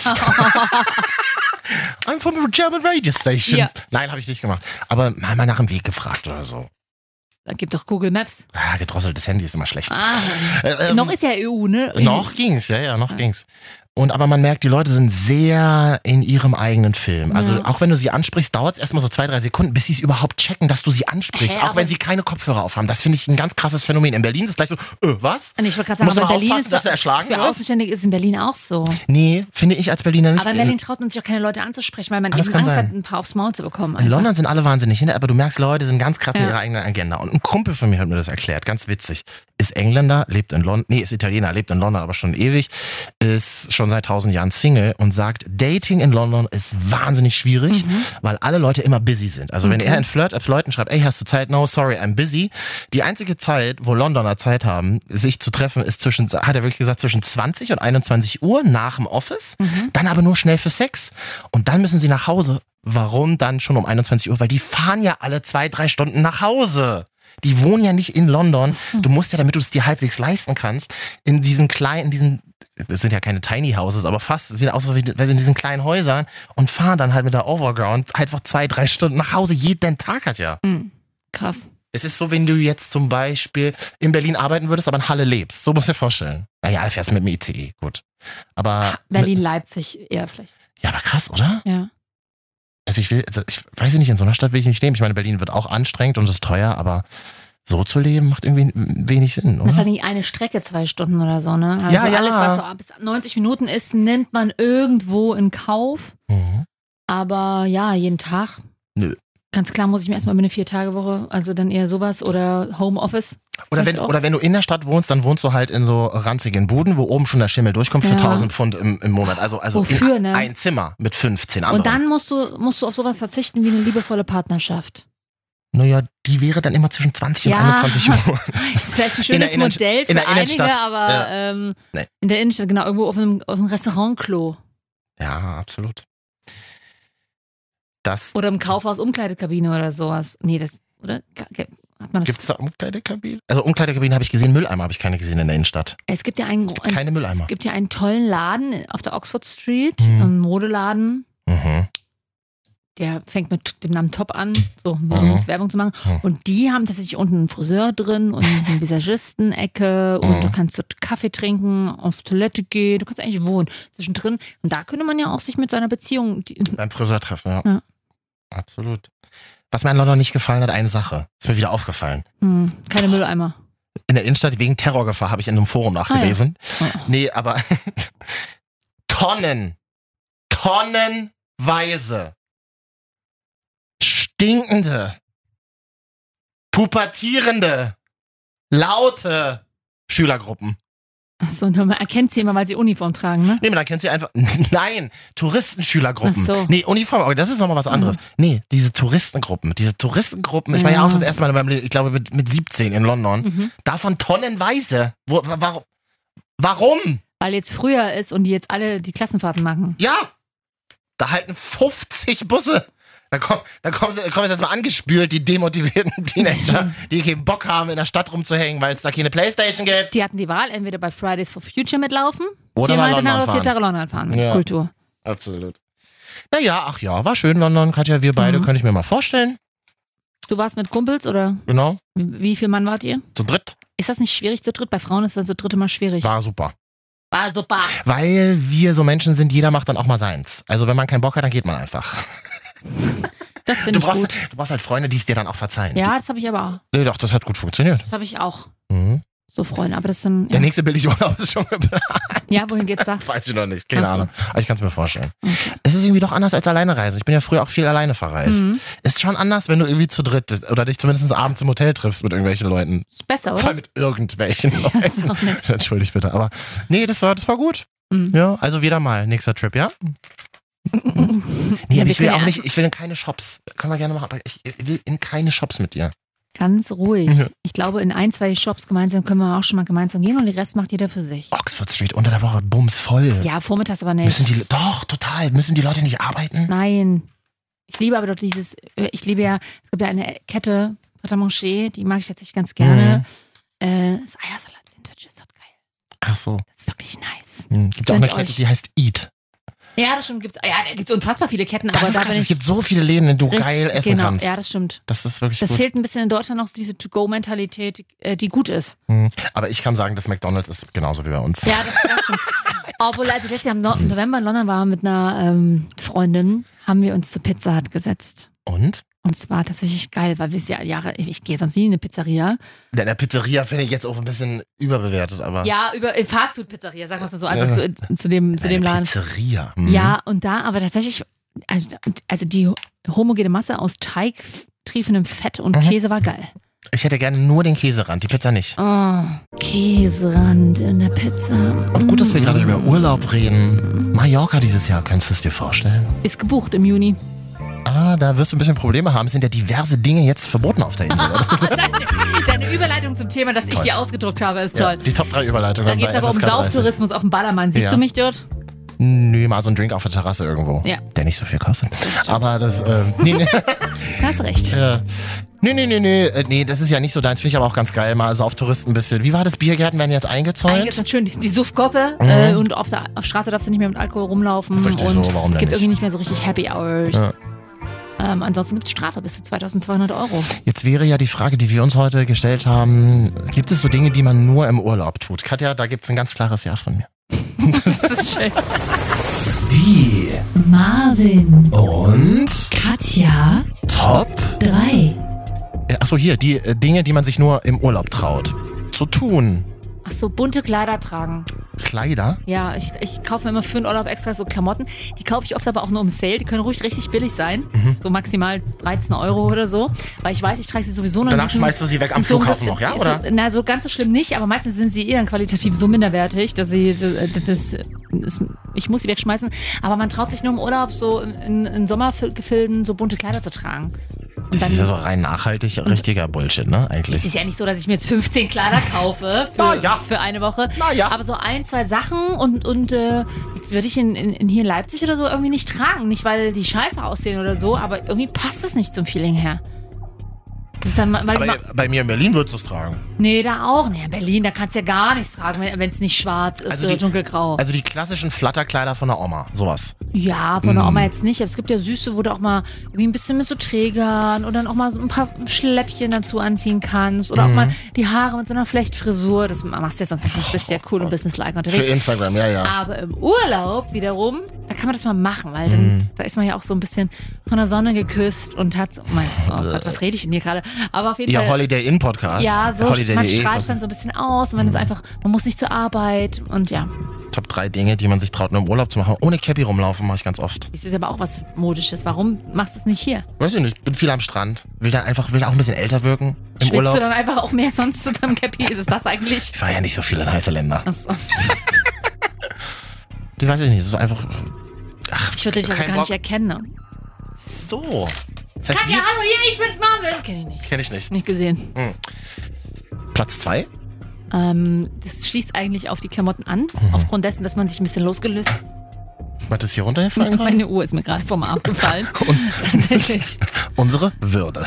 [SPEAKER 1] I'm from a German radio station.
[SPEAKER 2] Ja.
[SPEAKER 1] Nein, habe ich nicht gemacht. Aber mal, mal nach dem Weg gefragt oder so.
[SPEAKER 2] Dann gib doch Google Maps.
[SPEAKER 1] Ah, gedrosseltes Handy ist immer schlecht.
[SPEAKER 2] Ah.
[SPEAKER 1] Äh, ähm,
[SPEAKER 2] Noch ist ja E U, ne?
[SPEAKER 1] Noch ging's, ja, ja, noch
[SPEAKER 2] Ja.
[SPEAKER 1] ging's. Und aber man merkt, die Leute sind sehr in ihrem eigenen Film. Also
[SPEAKER 2] Ja.
[SPEAKER 1] auch wenn du sie ansprichst, dauert es erstmal so zwei, drei Sekunden, bis sie es überhaupt checken, dass du sie ansprichst.
[SPEAKER 2] Hä,
[SPEAKER 1] auch
[SPEAKER 2] aber-
[SPEAKER 1] wenn sie keine Kopfhörer aufhaben. Das finde ich ein ganz krasses Phänomen. In Berlin ist es gleich so, äh, was?
[SPEAKER 2] Und ich wollte gerade
[SPEAKER 1] Muss
[SPEAKER 2] sagen,
[SPEAKER 1] man
[SPEAKER 2] aber Berlin
[SPEAKER 1] aufpassen,
[SPEAKER 2] ist
[SPEAKER 1] dass
[SPEAKER 2] doch,
[SPEAKER 1] er erschlagen
[SPEAKER 2] für
[SPEAKER 1] wird?
[SPEAKER 2] Außenständige ist in Berlin auch so.
[SPEAKER 1] Nee, finde ich als Berliner nicht.
[SPEAKER 2] Aber in Berlin traut man sich auch keine Leute anzusprechen, weil man
[SPEAKER 1] Ah, das
[SPEAKER 2] eben
[SPEAKER 1] kann
[SPEAKER 2] Angst
[SPEAKER 1] sein.
[SPEAKER 2] hat, ein paar aufs Maul zu bekommen.
[SPEAKER 1] In
[SPEAKER 2] einfach.
[SPEAKER 1] London sind alle wahnsinnig hinter, aber du merkst, Leute sind ganz krass in
[SPEAKER 2] Ja.
[SPEAKER 1] ihrer eigenen Agenda. Und ein Kumpel von mir hat mir das erklärt, ganz witzig. Ist Engländer, lebt in London, nee, ist Italiener, lebt in London, aber schon ewig, ist schon seit tausend Jahren Single und sagt, Dating in London ist wahnsinnig schwierig,
[SPEAKER 2] Mhm.
[SPEAKER 1] weil alle Leute immer busy sind. Also wenn
[SPEAKER 2] Okay.
[SPEAKER 1] er in Flirt-Apps Leuten schreibt, ey, hast du Zeit? No, sorry, I'm busy. Die einzige Zeit, wo Londoner Zeit haben, sich zu treffen, ist zwischen, hat er wirklich gesagt, zwischen zwanzig und einundzwanzig Uhr nach dem Office,
[SPEAKER 2] Mhm.
[SPEAKER 1] dann aber nur schnell für Sex und dann müssen sie nach Hause. Warum dann schon um einundzwanzig Uhr? Weil die fahren ja alle zwei, drei Stunden nach Hause. Die wohnen ja nicht in London. Du musst ja, damit du es dir halbwegs leisten kannst, in diesen kleinen, in diesen, das sind ja keine Tiny Houses, aber fast, sehen aus wie in diesen kleinen Häusern und fahren dann halt mit der Overground einfach zwei, drei Stunden nach Hause. Jeden Tag hat ja.
[SPEAKER 2] Mhm. Krass.
[SPEAKER 1] Es ist so, wenn du jetzt zum Beispiel in Berlin arbeiten würdest, aber in Halle lebst. So musst du dir vorstellen. Naja, du fährst mit dem I C E, gut. Aber.
[SPEAKER 2] Berlin, Leipzig eher vielleicht.
[SPEAKER 1] Ja, aber krass, oder?
[SPEAKER 2] Ja.
[SPEAKER 1] Also ich will, also ich weiß nicht, in so einer Stadt will ich nicht leben. Ich meine, Berlin wird auch anstrengend und ist teuer, aber so zu leben macht irgendwie wenig Sinn,
[SPEAKER 2] Na,
[SPEAKER 1] oder?
[SPEAKER 2] vor allem eine Strecke zwei Stunden oder so, ne? Also
[SPEAKER 1] Ja, ja.
[SPEAKER 2] alles, was so bis neunzig Minuten ist, nimmt man irgendwo in Kauf.
[SPEAKER 1] Mhm.
[SPEAKER 2] Aber ja, jeden Tag.
[SPEAKER 1] Nö.
[SPEAKER 2] Ganz klar muss ich mir erstmal über eine Vier-Tage-Woche, also dann eher sowas oder Homeoffice.
[SPEAKER 1] Oder wenn,
[SPEAKER 2] Vielleicht auch.
[SPEAKER 1] oder wenn du in der Stadt wohnst, dann wohnst du halt in so ranzigen Buden, wo oben schon der Schimmel durchkommt für
[SPEAKER 2] Ja.
[SPEAKER 1] tausend Pfund im, im Monat. Also, also
[SPEAKER 2] Wofür,
[SPEAKER 1] in
[SPEAKER 2] ne?
[SPEAKER 1] ein Zimmer mit fünfzehn anderen.
[SPEAKER 2] Und dann musst du, musst du auf sowas verzichten wie eine liebevolle Partnerschaft.
[SPEAKER 1] Naja, die wäre dann immer zwischen zwanzig und
[SPEAKER 2] Ja.
[SPEAKER 1] einundzwanzig Uhr.
[SPEAKER 2] Vielleicht ein
[SPEAKER 1] In der
[SPEAKER 2] schönes
[SPEAKER 1] Innen-
[SPEAKER 2] Modell
[SPEAKER 1] in
[SPEAKER 2] für
[SPEAKER 1] der
[SPEAKER 2] einige,
[SPEAKER 1] Innenstadt.
[SPEAKER 2] aber
[SPEAKER 1] Ja.
[SPEAKER 2] ähm,
[SPEAKER 1] Nee.
[SPEAKER 2] in der Innenstadt, genau, irgendwo auf einem, auf einem Restaurantklo.
[SPEAKER 1] Ja, absolut. Das
[SPEAKER 2] Oder im Kaufhaus Umkleidekabine oder sowas. Nee, das, oder? Ge- Hat man das?
[SPEAKER 1] gibt's da Umkleidekabinen? Also Umkleidekabinen habe ich gesehen, Mülleimer habe ich keine gesehen in der Innenstadt.
[SPEAKER 2] Es gibt ja einen,
[SPEAKER 1] Gibt
[SPEAKER 2] ein,
[SPEAKER 1] keine Mülleimer.
[SPEAKER 2] es gibt ja einen tollen Laden auf der Oxford Street,
[SPEAKER 1] Mhm.
[SPEAKER 2] einen Modeladen.
[SPEAKER 1] Mhm.
[SPEAKER 2] Der fängt mit dem Namen Top an, so um jetzt Werbung zu machen.
[SPEAKER 1] Mhm.
[SPEAKER 2] Und die haben tatsächlich unten einen Friseur drin und eine Visagistenecke und
[SPEAKER 1] Mhm.
[SPEAKER 2] du kannst dort Kaffee trinken, auf Toilette gehen, du kannst eigentlich wohnen zwischendrin. Und da könnte man ja auch sich mit seiner Beziehung. Die,
[SPEAKER 1] Beim Friseur treffen, ja.
[SPEAKER 2] Ja.
[SPEAKER 1] Absolut. Was mir in London nicht gefallen hat, eine Sache. Ist mir wieder aufgefallen.
[SPEAKER 2] hm, keine Mülleimer.
[SPEAKER 1] In der Innenstadt wegen Terrorgefahr habe ich in einem Forum nachgelesen.
[SPEAKER 2] Ah, ja. Oh.
[SPEAKER 1] Nee, aber Tonnen, tonnenweise stinkende, pubertierende, laute Schülergruppen.
[SPEAKER 2] Achso, man erkennt sie immer, weil sie Uniform tragen, ne?
[SPEAKER 1] Nee, man kennt sie einfach. Nein, Touristenschülergruppen.
[SPEAKER 2] Ach so.
[SPEAKER 1] Nee, Uniform, aber das ist nochmal was anderes. Nee, diese Touristengruppen. Diese Touristengruppen. Ich war ja
[SPEAKER 2] Ja.
[SPEAKER 1] auch das erste Mal in meinem Leben, ich glaube mit, mit siebzehn in London.
[SPEAKER 2] Mhm.
[SPEAKER 1] Davon tonnenweise. Wo, wa- warum? Warum?
[SPEAKER 2] Weil jetzt früher ist und die jetzt alle die Klassenfahrten machen.
[SPEAKER 1] Ja. Da halten fünfzig Busse. Da kommen, da kommen sie, kommen sie erstmal angespült, die demotivierten Teenager, die keinen Bock haben, in der Stadt rumzuhängen, weil es da keine Playstation gibt.
[SPEAKER 2] Die hatten die Wahl, entweder bei Fridays for Future mitlaufen
[SPEAKER 1] Oder
[SPEAKER 2] viermal
[SPEAKER 1] nach London
[SPEAKER 2] hintereinander oder vier
[SPEAKER 1] fahren.
[SPEAKER 2] Tage London fahren mit
[SPEAKER 1] Ja.
[SPEAKER 2] Kultur.
[SPEAKER 1] Absolut. Naja, ach ja, war schön London. Katja, wir beide,
[SPEAKER 2] Mhm.
[SPEAKER 1] könnte ich mir mal vorstellen.
[SPEAKER 2] Du warst mit Kumpels oder
[SPEAKER 1] Genau,
[SPEAKER 2] wie viel Mann wart ihr?
[SPEAKER 1] zu dritt.
[SPEAKER 2] Ist das nicht schwierig zu dritt? Bei Frauen ist das zu dritt immer schwierig.
[SPEAKER 1] War super.
[SPEAKER 2] War super.
[SPEAKER 1] Weil wir so Menschen sind, jeder macht dann auch mal seins. Also wenn man keinen Bock hat, dann geht man einfach.
[SPEAKER 2] Das
[SPEAKER 1] Du
[SPEAKER 2] finde ich
[SPEAKER 1] brauchst,
[SPEAKER 2] gut.
[SPEAKER 1] du brauchst halt Freunde, die es dir dann auch verzeihen.
[SPEAKER 2] Ja, das habe ich aber auch.
[SPEAKER 1] Nee, doch, das hat gut funktioniert.
[SPEAKER 2] Das habe ich auch.
[SPEAKER 1] Mhm.
[SPEAKER 2] So Freunde. Aber das ist dann.
[SPEAKER 1] Der
[SPEAKER 2] Ja,
[SPEAKER 1] nächste Billigurlaub ist schon geplant.
[SPEAKER 2] ja wohin geht's da?
[SPEAKER 1] Weiß ich noch nicht, keine
[SPEAKER 2] Ach so.
[SPEAKER 1] Ahnung. Aber ich kann es mir vorstellen.
[SPEAKER 2] Okay.
[SPEAKER 1] Es ist irgendwie doch anders als alleine reisen. Ich bin ja früher auch viel alleine verreist.
[SPEAKER 2] Mhm.
[SPEAKER 1] Ist schon anders, wenn du irgendwie zu dritt oder dich zumindest abends im Hotel triffst mit irgendwelchen Leuten.
[SPEAKER 2] Ist besser,
[SPEAKER 1] Zwar
[SPEAKER 2] oder?
[SPEAKER 1] mit irgendwelchen
[SPEAKER 2] Ja, ist
[SPEAKER 1] Leuten.
[SPEAKER 2] auch nett.
[SPEAKER 1] Entschuldigt bitte, aber nee, das war, das war gut.
[SPEAKER 2] Mhm.
[SPEAKER 1] Ja, also wieder mal, nächster Trip, ja? Nee,
[SPEAKER 2] Ja,
[SPEAKER 1] aber
[SPEAKER 2] wir
[SPEAKER 1] ich will
[SPEAKER 2] können
[SPEAKER 1] auch
[SPEAKER 2] ja-
[SPEAKER 1] nicht, ich will in keine Shops. Können wir gerne machen, aber ich will in keine Shops mit dir.
[SPEAKER 2] Ganz ruhig.
[SPEAKER 1] Ja.
[SPEAKER 2] Ich glaube, in ein, zwei Shops gemeinsam können wir auch schon mal gemeinsam gehen und den Rest macht jeder für sich.
[SPEAKER 1] Oxford Street unter der Woche, bums voll.
[SPEAKER 2] Ja, vormittags aber nicht.
[SPEAKER 1] Müssen die, doch, total. Müssen die Leute nicht arbeiten?
[SPEAKER 2] Nein. Ich liebe aber doch dieses, ich liebe ja, es gibt ja eine Kette, Pret à Manger, die mag ich tatsächlich ganz gerne.
[SPEAKER 1] Mhm.
[SPEAKER 2] Äh, das Eiersalat-Sandwich ist halt geil.
[SPEAKER 1] Ach so.
[SPEAKER 2] Das ist wirklich nice.
[SPEAKER 1] Hm. Gibt auch eine
[SPEAKER 2] Gönnt
[SPEAKER 1] Kette,
[SPEAKER 2] euch.
[SPEAKER 1] die heißt Eat.
[SPEAKER 2] Ja, das stimmt. Gibt's, ja, da gibt es unfassbar viele Ketten.
[SPEAKER 1] Das
[SPEAKER 2] aber
[SPEAKER 1] ist
[SPEAKER 2] da
[SPEAKER 1] krass.
[SPEAKER 2] bin
[SPEAKER 1] Es
[SPEAKER 2] ich
[SPEAKER 1] gibt so viele Läden, in denen du
[SPEAKER 2] richtig-
[SPEAKER 1] geil essen
[SPEAKER 2] genau,
[SPEAKER 1] kannst.
[SPEAKER 2] Ja, das stimmt.
[SPEAKER 1] Das ist wirklich
[SPEAKER 2] Das
[SPEAKER 1] gut.
[SPEAKER 2] fehlt ein bisschen in Deutschland noch, so diese To-Go-Mentalität, die, äh, die gut ist.
[SPEAKER 1] Hm. Aber ich kann sagen, das McDonald's ist genauso wie bei uns.
[SPEAKER 2] Ja, das, das stimmt. Obwohl, als ich letztes Jahr im No- im November in London war mit einer ähm, Freundin, haben wir uns zur Pizza Hut gesetzt.
[SPEAKER 1] Und?
[SPEAKER 2] Und es war tatsächlich geil, weil wir es ja Jahre, ich gehe sonst nie in eine Pizzeria.
[SPEAKER 1] In der Pizzeria finde ich jetzt auch ein bisschen überbewertet, aber.
[SPEAKER 2] Ja, über äh, Fastfood-Pizzeria, sagen wir es mal so, also
[SPEAKER 1] Ja.
[SPEAKER 2] zu, zu dem, zu dem
[SPEAKER 1] Eine
[SPEAKER 2] Laden.
[SPEAKER 1] Pizzeria. Hm.
[SPEAKER 2] Ja, und da, aber tatsächlich, also, also die homogene Masse aus Teig, triefendem Fett und
[SPEAKER 1] Mhm.
[SPEAKER 2] Käse war geil.
[SPEAKER 1] Ich hätte gerne nur den Käserand, die Pizza nicht.
[SPEAKER 2] Oh, Käserand in der Pizza.
[SPEAKER 1] Und gut, dass wir
[SPEAKER 2] Mm.
[SPEAKER 1] gerade über Urlaub reden. Mallorca dieses Jahr, kannst du es dir vorstellen?
[SPEAKER 2] Ist gebucht im Juni.
[SPEAKER 1] Ah, da wirst du ein bisschen Probleme haben. Es sind ja diverse Dinge jetzt verboten auf der Insel, oder?
[SPEAKER 2] Deine, deine Überleitung zum Thema, das ich
[SPEAKER 1] Toll.
[SPEAKER 2] dir ausgedruckt habe, ist
[SPEAKER 1] Ja,
[SPEAKER 2] toll.
[SPEAKER 1] die Top drei Überleitungen.
[SPEAKER 2] Da geht es
[SPEAKER 1] bei
[SPEAKER 2] aber um
[SPEAKER 1] F S K dreißig.
[SPEAKER 2] Sauftourismus auf dem Ballermann. Siehst
[SPEAKER 1] Ja.
[SPEAKER 2] du mich dort?
[SPEAKER 1] Nö, mal so ein Drink auf der Terrasse irgendwo.
[SPEAKER 2] Ja.
[SPEAKER 1] Der nicht so viel kostet. Aber das, äh, nee, nee.
[SPEAKER 2] Da hast recht.
[SPEAKER 1] Ja. Nee, nee, nee, nee, äh, nee, das ist ja nicht so deins, finde ich aber auch ganz geil, mal so auf Touristen ein bisschen. Wie war das? Biergärten werden jetzt eingezäunt?
[SPEAKER 2] Eigentlich ist das schön, die Suffgruppe
[SPEAKER 1] Mhm.
[SPEAKER 2] äh, und auf der auf Straße darfst du nicht mehr mit Alkohol rumlaufen
[SPEAKER 1] Richtig
[SPEAKER 2] und
[SPEAKER 1] so, warum denn
[SPEAKER 2] gibt
[SPEAKER 1] nicht?
[SPEAKER 2] irgendwie nicht mehr so richtig Happy Hours.
[SPEAKER 1] Ja.
[SPEAKER 2] Ähm, ansonsten gibt es Strafe bis zu zweitausendzweihundert Euro.
[SPEAKER 1] Jetzt wäre ja die Frage, die wir uns heute gestellt haben, gibt es so Dinge, die man nur im Urlaub tut? Katja, da gibt es ein ganz klares Ja von mir.
[SPEAKER 2] Das ist schön.
[SPEAKER 1] Die
[SPEAKER 2] Marvin,
[SPEAKER 1] und
[SPEAKER 2] Katja,
[SPEAKER 1] Top.
[SPEAKER 2] drei.
[SPEAKER 1] Äh, Achso, hier, die äh, Dinge, die man sich nur im Urlaub traut. Zu tun.
[SPEAKER 2] Ach so, bunte Kleider tragen.
[SPEAKER 1] Kleider.
[SPEAKER 2] Ja, ich, ich kaufe mir immer für den Urlaub extra so Klamotten. Die kaufe ich oft aber auch nur im Sale. Die können ruhig richtig billig sein.
[SPEAKER 1] Mhm.
[SPEAKER 2] So maximal dreizehn Euro oder so. Weil ich weiß, ich trage sie sowieso noch
[SPEAKER 1] Danach
[SPEAKER 2] nicht.
[SPEAKER 1] schmeißt du sie weg am
[SPEAKER 2] so,
[SPEAKER 1] Flughafen noch, ja? Oder?
[SPEAKER 2] So, na, so ganz so schlimm nicht, aber meistens sind sie eh dann qualitativ so minderwertig, dass sie das, das, das, ich muss sie wegschmeißen. Aber man traut sich nur im Urlaub so in, in Sommergefilden so bunte Kleider zu tragen.
[SPEAKER 1] Das
[SPEAKER 2] Dann-
[SPEAKER 1] ist ja so rein nachhaltig, richtiger Bullshit, ne,
[SPEAKER 2] Es
[SPEAKER 1] eigentlich.
[SPEAKER 2] ist ja nicht so, dass ich mir jetzt fünfzehn Kleider kaufe für,
[SPEAKER 1] Na ja.
[SPEAKER 2] für eine Woche.
[SPEAKER 1] Na ja.
[SPEAKER 2] Aber so ein, zwei Sachen und, und äh, jetzt würde ich in, in, in hier in Leipzig oder so irgendwie nicht tragen. Nicht, weil die scheiße aussehen oder so, aber irgendwie passt das nicht zum Feeling her. Das ist dann, weil
[SPEAKER 1] Aber
[SPEAKER 2] ma-
[SPEAKER 1] bei mir in Berlin würdest du es tragen.
[SPEAKER 2] nee, da auch. Nee, in Berlin, da kannst du ja gar nichts tragen, wenn es nicht schwarz ist
[SPEAKER 1] Also
[SPEAKER 2] oder
[SPEAKER 1] die-
[SPEAKER 2] dunkelgrau.
[SPEAKER 1] Also die klassischen Flatterkleider von der Oma, sowas.
[SPEAKER 2] Ja, von der
[SPEAKER 1] Mm.
[SPEAKER 2] Oma jetzt nicht. Aber es gibt ja süße, wo du auch mal irgendwie ein bisschen mit so Trägern oder dann auch mal so ein paar Schläppchen dazu anziehen kannst. Oder auch mal die Haare mit so einer Flechtfrisur. Das machst du ja sonst nicht. Das bist ja cool und businesslike
[SPEAKER 1] Für
[SPEAKER 2] unterwegs.
[SPEAKER 1] Instagram, ja, ja.
[SPEAKER 2] Aber im Urlaub wiederum, da kann man das mal machen, weil dann, da ist man ja auch so ein bisschen von der Sonne geküsst und hat, oh mein oh Gott, was rede ich denn hier gerade? Aber auf jeden
[SPEAKER 1] Ihr
[SPEAKER 2] Fall.
[SPEAKER 1] Holiday Inn Podcast.
[SPEAKER 2] Ja, so,
[SPEAKER 1] Holiday
[SPEAKER 2] man
[SPEAKER 1] punkt de,
[SPEAKER 2] strahlt
[SPEAKER 1] was-
[SPEAKER 2] dann so ein bisschen aus und man ist einfach, man muss nicht zur Arbeit und ja.
[SPEAKER 1] Top drei Dinge, die man sich traut, nur im Urlaub zu machen. Ohne Cappy rumlaufen mache ich ganz oft.
[SPEAKER 2] Das ist aber auch was Modisches. Warum machst du es nicht hier?
[SPEAKER 1] Weiß ich nicht, bin viel am Strand. Will da einfach, will da auch ein bisschen älter wirken im
[SPEAKER 2] Schwitzt
[SPEAKER 1] Urlaub.
[SPEAKER 2] du dann einfach auch mehr sonst zu deinem Cappy? Ist es das eigentlich?
[SPEAKER 1] Ich fahre ja nicht so viel in heiße Länder.
[SPEAKER 2] Achso.
[SPEAKER 1] Die weiß ich nicht, es ist einfach... Ach,
[SPEAKER 2] Ich würde dich also
[SPEAKER 1] kein
[SPEAKER 2] gar nicht
[SPEAKER 1] Bock.
[SPEAKER 2] erkennen. Ne?
[SPEAKER 1] So. Das heißt,
[SPEAKER 2] Katja,
[SPEAKER 1] wir-
[SPEAKER 2] hallo, hier, ich bin's Marvin. Kenn ich nicht.
[SPEAKER 1] Kenn ich nicht.
[SPEAKER 2] Nicht gesehen.
[SPEAKER 1] Platz zwei?
[SPEAKER 2] Ähm, das schließt eigentlich auf die Klamotten an,
[SPEAKER 1] Mhm.
[SPEAKER 2] aufgrund dessen, dass man sich ein bisschen losgelöst hat.
[SPEAKER 1] Was ist hier runtergefallen? gerade?
[SPEAKER 2] Meine Uhr ist mir gerade vom Arm gefallen. Tatsächlich.
[SPEAKER 1] Unsere Würde.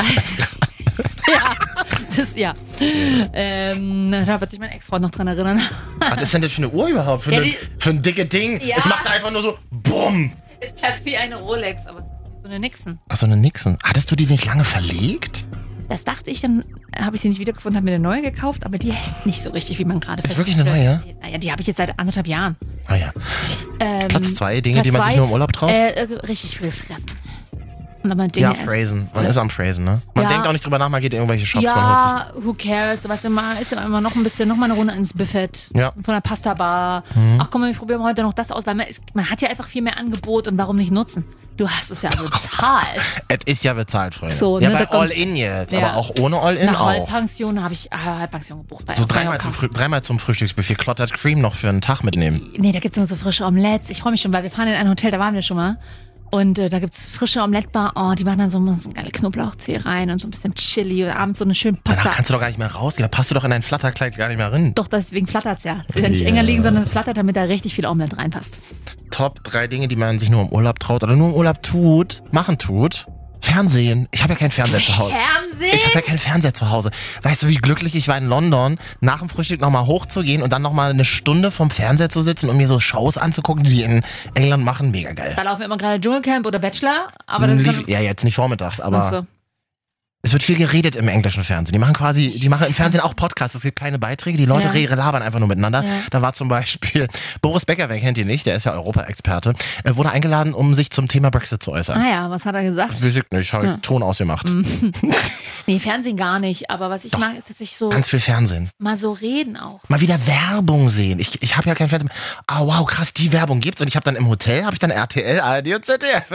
[SPEAKER 2] Ja, das, ja. Ähm, da wird sich mein Ex-Freund noch dran erinnern.
[SPEAKER 1] Was ist denn das für eine Uhr überhaupt? Für,
[SPEAKER 2] Ja,
[SPEAKER 1] eine,
[SPEAKER 2] die-
[SPEAKER 1] für ein dicke Ding?
[SPEAKER 2] Ja.
[SPEAKER 1] Es macht einfach nur so BUM!
[SPEAKER 2] Es bleibt wie eine Rolex, aber es ist so eine Nixon.
[SPEAKER 1] Achso, eine Nixon. Hattest du die nicht lange verlegt?
[SPEAKER 2] Das dachte ich, dann habe ich sie nicht wiedergefunden, habe mir eine neue gekauft, aber die hält nicht so richtig, wie man gerade
[SPEAKER 1] Ist wirklich eine neue?
[SPEAKER 2] Naja, die habe ich jetzt seit anderthalb Jahren.
[SPEAKER 1] Ah ja.
[SPEAKER 2] Ähm,
[SPEAKER 1] Platz zwei, Dinge,
[SPEAKER 2] Platz
[SPEAKER 1] die man sich
[SPEAKER 2] zwei,
[SPEAKER 1] nur im Urlaub traut?
[SPEAKER 2] Äh, äh, richtig viel fressen. Und aber Dinge
[SPEAKER 1] Ja,
[SPEAKER 2] essen.
[SPEAKER 1] phrasen. Man ist am Phrasen, ne? Man
[SPEAKER 2] Ja.
[SPEAKER 1] denkt auch nicht drüber nach, man geht in irgendwelche Shops, man holt
[SPEAKER 2] Ja, who cares? Weißt du, man ist immer noch ein bisschen, noch mal eine Runde ins Buffet.
[SPEAKER 1] Ja.
[SPEAKER 2] Von der Pasta-Bar. Ach komm, wir probieren heute noch das aus, weil man, ist, man hat ja einfach viel mehr Angebot und warum nicht nutzen? Du hast es ja bezahlt.
[SPEAKER 1] sich. Es ist ja bezahlt, Freunde.
[SPEAKER 2] So,
[SPEAKER 1] ja,
[SPEAKER 2] ne,
[SPEAKER 1] bei
[SPEAKER 2] da kommt-
[SPEAKER 1] All-In jetzt,
[SPEAKER 2] Ja.
[SPEAKER 1] aber auch ohne All-In
[SPEAKER 2] Eine
[SPEAKER 1] auch.
[SPEAKER 2] Halbpension habe ich, äh, Halbpension gebucht. Bei
[SPEAKER 1] So
[SPEAKER 2] bei
[SPEAKER 1] dreimal zum,
[SPEAKER 2] Oka.
[SPEAKER 1] Früh dreimal zum Frühstücksbuffet Clotted Cream noch für einen Tag mitnehmen.
[SPEAKER 2] Nee, da gibt es immer so frische Omelettes. Ich freue mich schon, weil wir fahren in ein Hotel, da waren wir schon mal. Und äh, da gibt es frische Omelette-Bar. Oh, die machen dann so, so eine geile Knoblauchzehe rein und so ein bisschen Chili und abends so eine schöne Pasta.
[SPEAKER 1] Danach kannst du doch gar nicht mehr rausgehen. Da passt du doch in dein Flatterkleid gar nicht mehr rein.
[SPEAKER 2] Doch, deswegen flattert es ja. Es wird ja nicht
[SPEAKER 1] Ja.
[SPEAKER 2] enger liegen, sondern es flattert, damit da richtig viel Omelette reinpasst.
[SPEAKER 1] Top drei Dinge, die man sich nur im Urlaub traut oder nur im Urlaub tut, machen tut. Fernsehen. Ich habe ja kein Fernseher zu Hause.
[SPEAKER 2] Fernsehen?
[SPEAKER 1] Ich habe ja keinen Fernseher zu Hause. Weißt du, wie glücklich ich war in London, nach dem Frühstück nochmal hochzugehen und dann nochmal eine Stunde vom Fernseher zu sitzen und mir so Shows anzugucken, die die in England machen. Mega geil.
[SPEAKER 2] Da laufen immer gerade Dschungelcamp oder Bachelor, aber das ist
[SPEAKER 1] Lief,
[SPEAKER 2] dann,
[SPEAKER 1] ja, jetzt nicht vormittags, aber
[SPEAKER 2] Ach so.
[SPEAKER 1] es wird viel geredet im englischen Fernsehen. Die machen quasi, die machen im Fernsehen auch Podcasts. Es gibt keine Beiträge, die Leute
[SPEAKER 2] Ja.
[SPEAKER 1] re- labern einfach nur miteinander.
[SPEAKER 2] Ja.
[SPEAKER 1] Da war zum Beispiel Boris Becker, wer kennt ihn nicht, der ist ja Europa-Experte, er wurde eingeladen, um sich zum Thema Brexit zu äußern.
[SPEAKER 2] Ah ja, was hat er gesagt?
[SPEAKER 1] Weiß ich nicht, habe
[SPEAKER 2] Ja.
[SPEAKER 1] Ton ausgemacht.
[SPEAKER 2] Nee, Fernsehen gar nicht, aber was ich mag, ist, dass ich so
[SPEAKER 1] Ganz viel Fernsehen.
[SPEAKER 2] mal so reden auch.
[SPEAKER 1] Mal wieder Werbung sehen. Ich, ich habe ja kein Fernsehen. Ah, wow, krass, die Werbung gibt's. Und ich habe dann im Hotel, habe ich dann R T L, A R D und Z D F.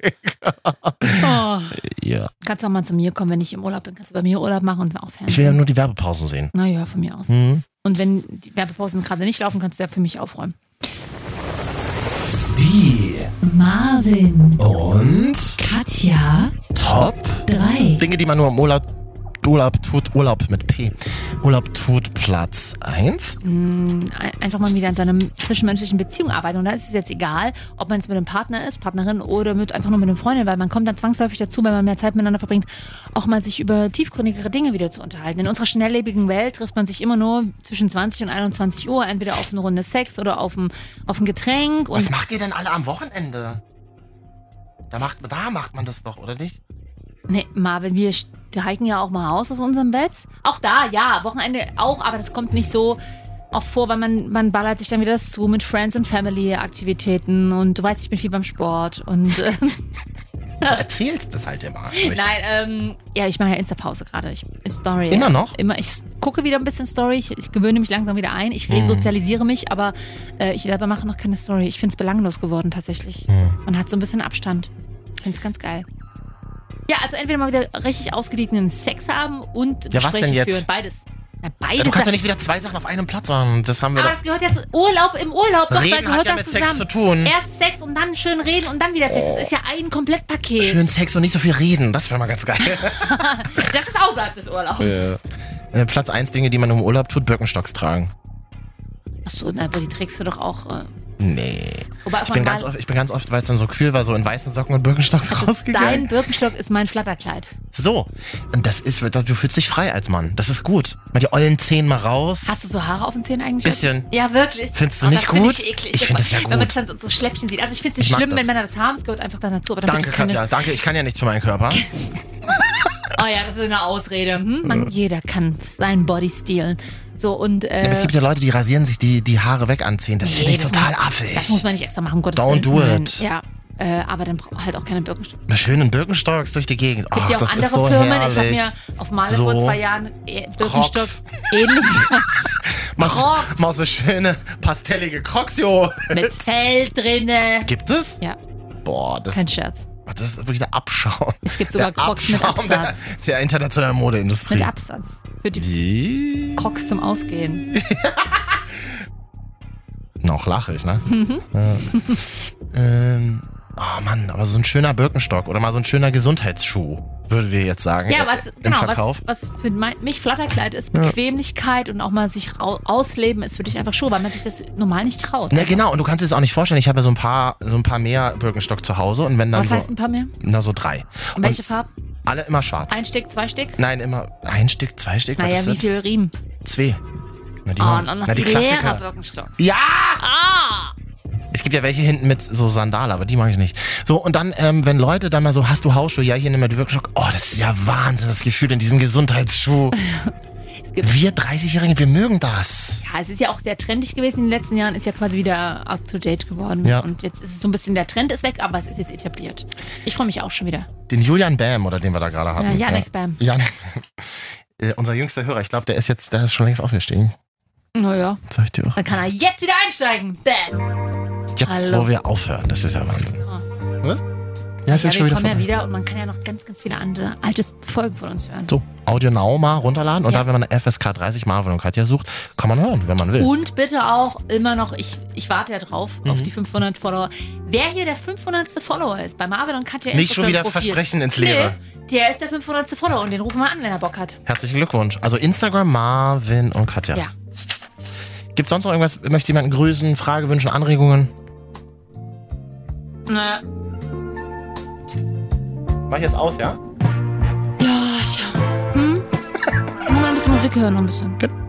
[SPEAKER 2] Oh.
[SPEAKER 1] Ja.
[SPEAKER 2] Kannst auch mal zu mir kommen, wenn ich im Urlaub bin. Kannst du bei mir Urlaub machen und auch Fernsehen.
[SPEAKER 1] Ich will ja nur die Werbepausen sehen.
[SPEAKER 2] Naja, von mir aus.
[SPEAKER 1] Mhm.
[SPEAKER 2] Und wenn die Werbepausen gerade nicht laufen, kannst du ja für mich aufräumen.
[SPEAKER 1] Die
[SPEAKER 2] Marvin
[SPEAKER 1] und
[SPEAKER 2] Katja
[SPEAKER 1] Top
[SPEAKER 2] drei.
[SPEAKER 1] Dinge, die man nur im Urlaub, Urlaub tut, Urlaub mit P. Urlaub tut Platz eins.
[SPEAKER 2] Einfach mal wieder an seiner zwischenmenschlichen Beziehung arbeiten. Und da ist es jetzt egal, ob man jetzt mit einem Partner ist, Partnerin oder mit, einfach nur mit einer Freundin, weil man kommt dann zwangsläufig dazu, wenn man mehr Zeit miteinander verbringt, auch mal sich über tiefgründigere Dinge wieder zu unterhalten. In unserer schnelllebigen Welt trifft man sich immer nur zwischen zwanzig und einundzwanzig Uhr, entweder auf eine Runde Sex oder auf ein, auf ein Getränk. Und
[SPEAKER 1] Was macht ihr denn alle am Wochenende? Da macht, da macht man das doch, oder nicht?
[SPEAKER 2] nee, Marvin, wir steigen ja auch mal raus aus unserem Bett. Auch da, ja, Wochenende auch, aber das kommt nicht so oft vor, weil man, man ballert sich dann wieder das zu mit Friends and Family Aktivitäten und du weißt, ich bin viel beim Sport und äh,
[SPEAKER 1] Du erzählst das halt immer. Ich-
[SPEAKER 2] nein, ähm, ja, ich mache ja Insta-Pause gerade. Ich Story.
[SPEAKER 1] Immer noch?
[SPEAKER 2] Immer. Ich gucke wieder ein bisschen Story. Ich, ich gewöhne mich langsam wieder ein. Ich resozialisiere mich, aber äh, ich selber mache noch keine Story. Ich finde es belanglos geworden tatsächlich.
[SPEAKER 1] Hm.
[SPEAKER 2] Man hat so ein bisschen Abstand. Ich finde es ganz geil. Ja, also entweder mal wieder richtig ausgediegenen Sex haben und
[SPEAKER 1] Ja, was
[SPEAKER 2] Gespräche
[SPEAKER 1] denn jetzt?
[SPEAKER 2] führen. Beides. Na,
[SPEAKER 1] Ja,
[SPEAKER 2] beides.
[SPEAKER 1] du kannst ja nicht wieder zwei Sachen auf einem Platz machen. Das haben wir
[SPEAKER 2] aber
[SPEAKER 1] doch.
[SPEAKER 2] das gehört ja zu Urlaub im Urlaub. Doch,
[SPEAKER 1] Reden
[SPEAKER 2] da gehört
[SPEAKER 1] hat ja
[SPEAKER 2] das
[SPEAKER 1] mit
[SPEAKER 2] zusammen.
[SPEAKER 1] Sex zu tun.
[SPEAKER 2] Erst Sex und dann schön reden und dann wieder Sex. Das ist ja ein Komplettpaket.
[SPEAKER 1] Schön Sex und nicht so viel reden. Das wäre mal ganz geil.
[SPEAKER 2] Das ist außerhalb des Urlaubs.
[SPEAKER 1] Ja. Äh, Platz eins Dinge, die man im Urlaub tut, Birkenstocks tragen.
[SPEAKER 2] Achso, na, aber die trägst du doch auch. Äh,
[SPEAKER 1] Nee.
[SPEAKER 2] wobei
[SPEAKER 1] Ich bin, ganz oft, ich bin ganz oft, weil es dann so kühl war, so in weißen Socken und Birkenstocks
[SPEAKER 2] also
[SPEAKER 1] rausgegangen.
[SPEAKER 2] dein Birkenstock ist mein Flatterkleid.
[SPEAKER 1] So. Und das ist, du fühlst dich frei als Mann. Das ist gut. Mal die ollen Zehen mal raus.
[SPEAKER 2] Hast du so Haare auf den Zähnen eigentlich?
[SPEAKER 1] Bisschen.
[SPEAKER 2] Ja, wirklich.
[SPEAKER 1] Findest du
[SPEAKER 2] Oh,
[SPEAKER 1] nicht
[SPEAKER 2] das find
[SPEAKER 1] gut?
[SPEAKER 2] Ich, eklig.
[SPEAKER 1] Ich find das ja
[SPEAKER 2] Wenn man
[SPEAKER 1] gut.
[SPEAKER 2] dann so, so Schläppchen sieht. Also ich finde es
[SPEAKER 1] Ich
[SPEAKER 2] nicht
[SPEAKER 1] mag
[SPEAKER 2] schlimm,
[SPEAKER 1] das.
[SPEAKER 2] wenn Männer das haben. Es gehört einfach dann dazu. Aber dann
[SPEAKER 1] Danke,
[SPEAKER 2] bitte keine,
[SPEAKER 1] Katja. Danke, ich kann ja nichts für meinen Körper.
[SPEAKER 2] Oh ja, das ist eine Ausrede. Hm? Man, jeder kann seinen Body stealen. So und äh,
[SPEAKER 1] Aber es gibt ja Leute, die rasieren sich die, die Haare weg anziehen. Das
[SPEAKER 2] nee,
[SPEAKER 1] finde ich
[SPEAKER 2] das
[SPEAKER 1] total
[SPEAKER 2] muss,
[SPEAKER 1] affig.
[SPEAKER 2] Das muss man nicht extra machen, um Gottes
[SPEAKER 1] Don't
[SPEAKER 2] Willen.
[SPEAKER 1] do
[SPEAKER 2] Nein.
[SPEAKER 1] it.
[SPEAKER 2] Ja, äh, aber dann braucht halt auch keine Birkenstocks.
[SPEAKER 1] Mit schönen Birkenstocks durch die Gegend.
[SPEAKER 2] Es gibt
[SPEAKER 1] Ach,
[SPEAKER 2] ja auch
[SPEAKER 1] das
[SPEAKER 2] andere
[SPEAKER 1] ist so
[SPEAKER 2] Firmen.
[SPEAKER 1] herrlich.
[SPEAKER 2] Ich habe mir auf Male
[SPEAKER 1] So.
[SPEAKER 2] vor zwei Jahren äh, Birkenstock
[SPEAKER 1] Crocs.
[SPEAKER 2] ähnlich
[SPEAKER 1] Mal,
[SPEAKER 2] Crocs.
[SPEAKER 1] mal so schöne pastellige Crocs, jo.
[SPEAKER 2] mit Fell drinne.
[SPEAKER 1] Gibt es?
[SPEAKER 2] Ja,
[SPEAKER 1] Boah, das,
[SPEAKER 2] kein Scherz.
[SPEAKER 1] das ist wirklich der Abschaum.
[SPEAKER 2] Es gibt sogar
[SPEAKER 1] der
[SPEAKER 2] Crocs mit
[SPEAKER 1] Abschaum der,
[SPEAKER 2] Absatz.
[SPEAKER 1] der internationalen Modeindustrie.
[SPEAKER 2] Mit Absatz. Für die
[SPEAKER 1] Wie?
[SPEAKER 2] Crocs zum Ausgehen.
[SPEAKER 1] Noch lache ich, ne?
[SPEAKER 2] Mhm.
[SPEAKER 1] Ja. ähm, oh Mann, aber so ein schöner Birkenstock oder mal so ein schöner Gesundheitsschuh, würden wir jetzt sagen.
[SPEAKER 2] Ja,
[SPEAKER 1] äh,
[SPEAKER 2] was,
[SPEAKER 1] im
[SPEAKER 2] genau,
[SPEAKER 1] Verkauf.
[SPEAKER 2] was, was für mein, mich Flatterkleid ist, Bequemlichkeit und auch mal sich rau- ausleben ist für dich einfach Schuhe, weil man sich das normal nicht traut.
[SPEAKER 1] Ne, genau, und du kannst dir das auch nicht vorstellen. Ich habe ja so ein paar, so ein paar mehr Birkenstock zu Hause und wenn dann
[SPEAKER 2] Was
[SPEAKER 1] so,
[SPEAKER 2] heißt ein paar mehr?
[SPEAKER 1] na so drei.
[SPEAKER 2] Und welche Farben?
[SPEAKER 1] Alle immer schwarz.
[SPEAKER 2] Ein Stück, zwei Stück?
[SPEAKER 1] Nein, immer ein Stück, zwei Stück. was
[SPEAKER 2] Naja,
[SPEAKER 1] ist
[SPEAKER 2] wie
[SPEAKER 1] das?
[SPEAKER 2] viel Riemen?
[SPEAKER 1] Zwei. Na, die,
[SPEAKER 2] Oh,
[SPEAKER 1] machen-
[SPEAKER 2] und auch noch
[SPEAKER 1] na,
[SPEAKER 2] die,
[SPEAKER 1] die Klassiker.
[SPEAKER 2] Lehrer-Birkenstocks.
[SPEAKER 1] Ja!
[SPEAKER 2] Ah!
[SPEAKER 1] Es gibt ja welche hinten mit so Sandalen, aber die mag ich nicht. So, und dann, ähm, wenn Leute dann mal so, hast du Hausschuhe? Ja, hier nimm mal die Birkenstock. Oh, das ist ja Wahnsinn, das Gefühl in diesem Gesundheitsschuh.
[SPEAKER 2] Es gibt,
[SPEAKER 1] Wir dreißigjährigen, wir mögen das.
[SPEAKER 2] ja, es ist ja auch sehr trendig gewesen in den letzten Jahren, ist ja quasi wieder up to date geworden.
[SPEAKER 1] Ja.
[SPEAKER 2] Und jetzt ist es so ein bisschen, der Trend ist weg, aber es ist jetzt etabliert. Ich freue mich auch schon wieder.
[SPEAKER 1] Den Julian Bam, oder den wir da gerade hatten.
[SPEAKER 2] Ja, Janek Bam.
[SPEAKER 1] Janek. Äh, unser jüngster Hörer, ich glaube, der ist jetzt, der ist schon längst ausgestiegen.
[SPEAKER 2] Naja,
[SPEAKER 1] Sag ich dir auch.
[SPEAKER 2] dann kann er jetzt wieder einsteigen. Bam!
[SPEAKER 1] Jetzt,
[SPEAKER 2] Hallo.
[SPEAKER 1] wo wir aufhören, das ist ja Wahnsinn.
[SPEAKER 2] Ah.
[SPEAKER 1] Was? Ja, es
[SPEAKER 2] Ja,
[SPEAKER 1] ist
[SPEAKER 2] wir
[SPEAKER 1] schon wieder
[SPEAKER 2] kommen ja
[SPEAKER 1] vorbei.
[SPEAKER 2] wieder und man kann ja noch ganz, ganz viele andere alte Folgen von uns hören.
[SPEAKER 1] So, Audio Now mal runterladen und
[SPEAKER 2] Ja.
[SPEAKER 1] da, wenn man F S K dreißig Marvin und Katja sucht, kann man hören, wenn man will.
[SPEAKER 2] Und bitte auch immer noch, ich, ich warte ja drauf,
[SPEAKER 1] Mhm.
[SPEAKER 2] auf die fünfhundert Follower. Wer hier der fünfhundertste Follower ist, bei Marvin und Katja
[SPEAKER 1] Nicht schon wieder
[SPEAKER 2] Instagram-Profil.
[SPEAKER 1] Versprechen ins Leere.
[SPEAKER 2] Nee, der ist der fünfhundertste Follower und den rufen wir an, wenn er Bock hat.
[SPEAKER 1] Herzlichen Glückwunsch. Also Instagram, Marvin und Katja.
[SPEAKER 2] Ja.
[SPEAKER 1] Gibt sonst noch irgendwas? Möchte jemanden grüßen, Frage, wünschen, Anregungen?
[SPEAKER 2] Na,
[SPEAKER 1] Mach ich jetzt aus, ja?
[SPEAKER 2] ja, ja. Hm? Mal ein bisschen Musik hören, noch ein bisschen.
[SPEAKER 1] Gut.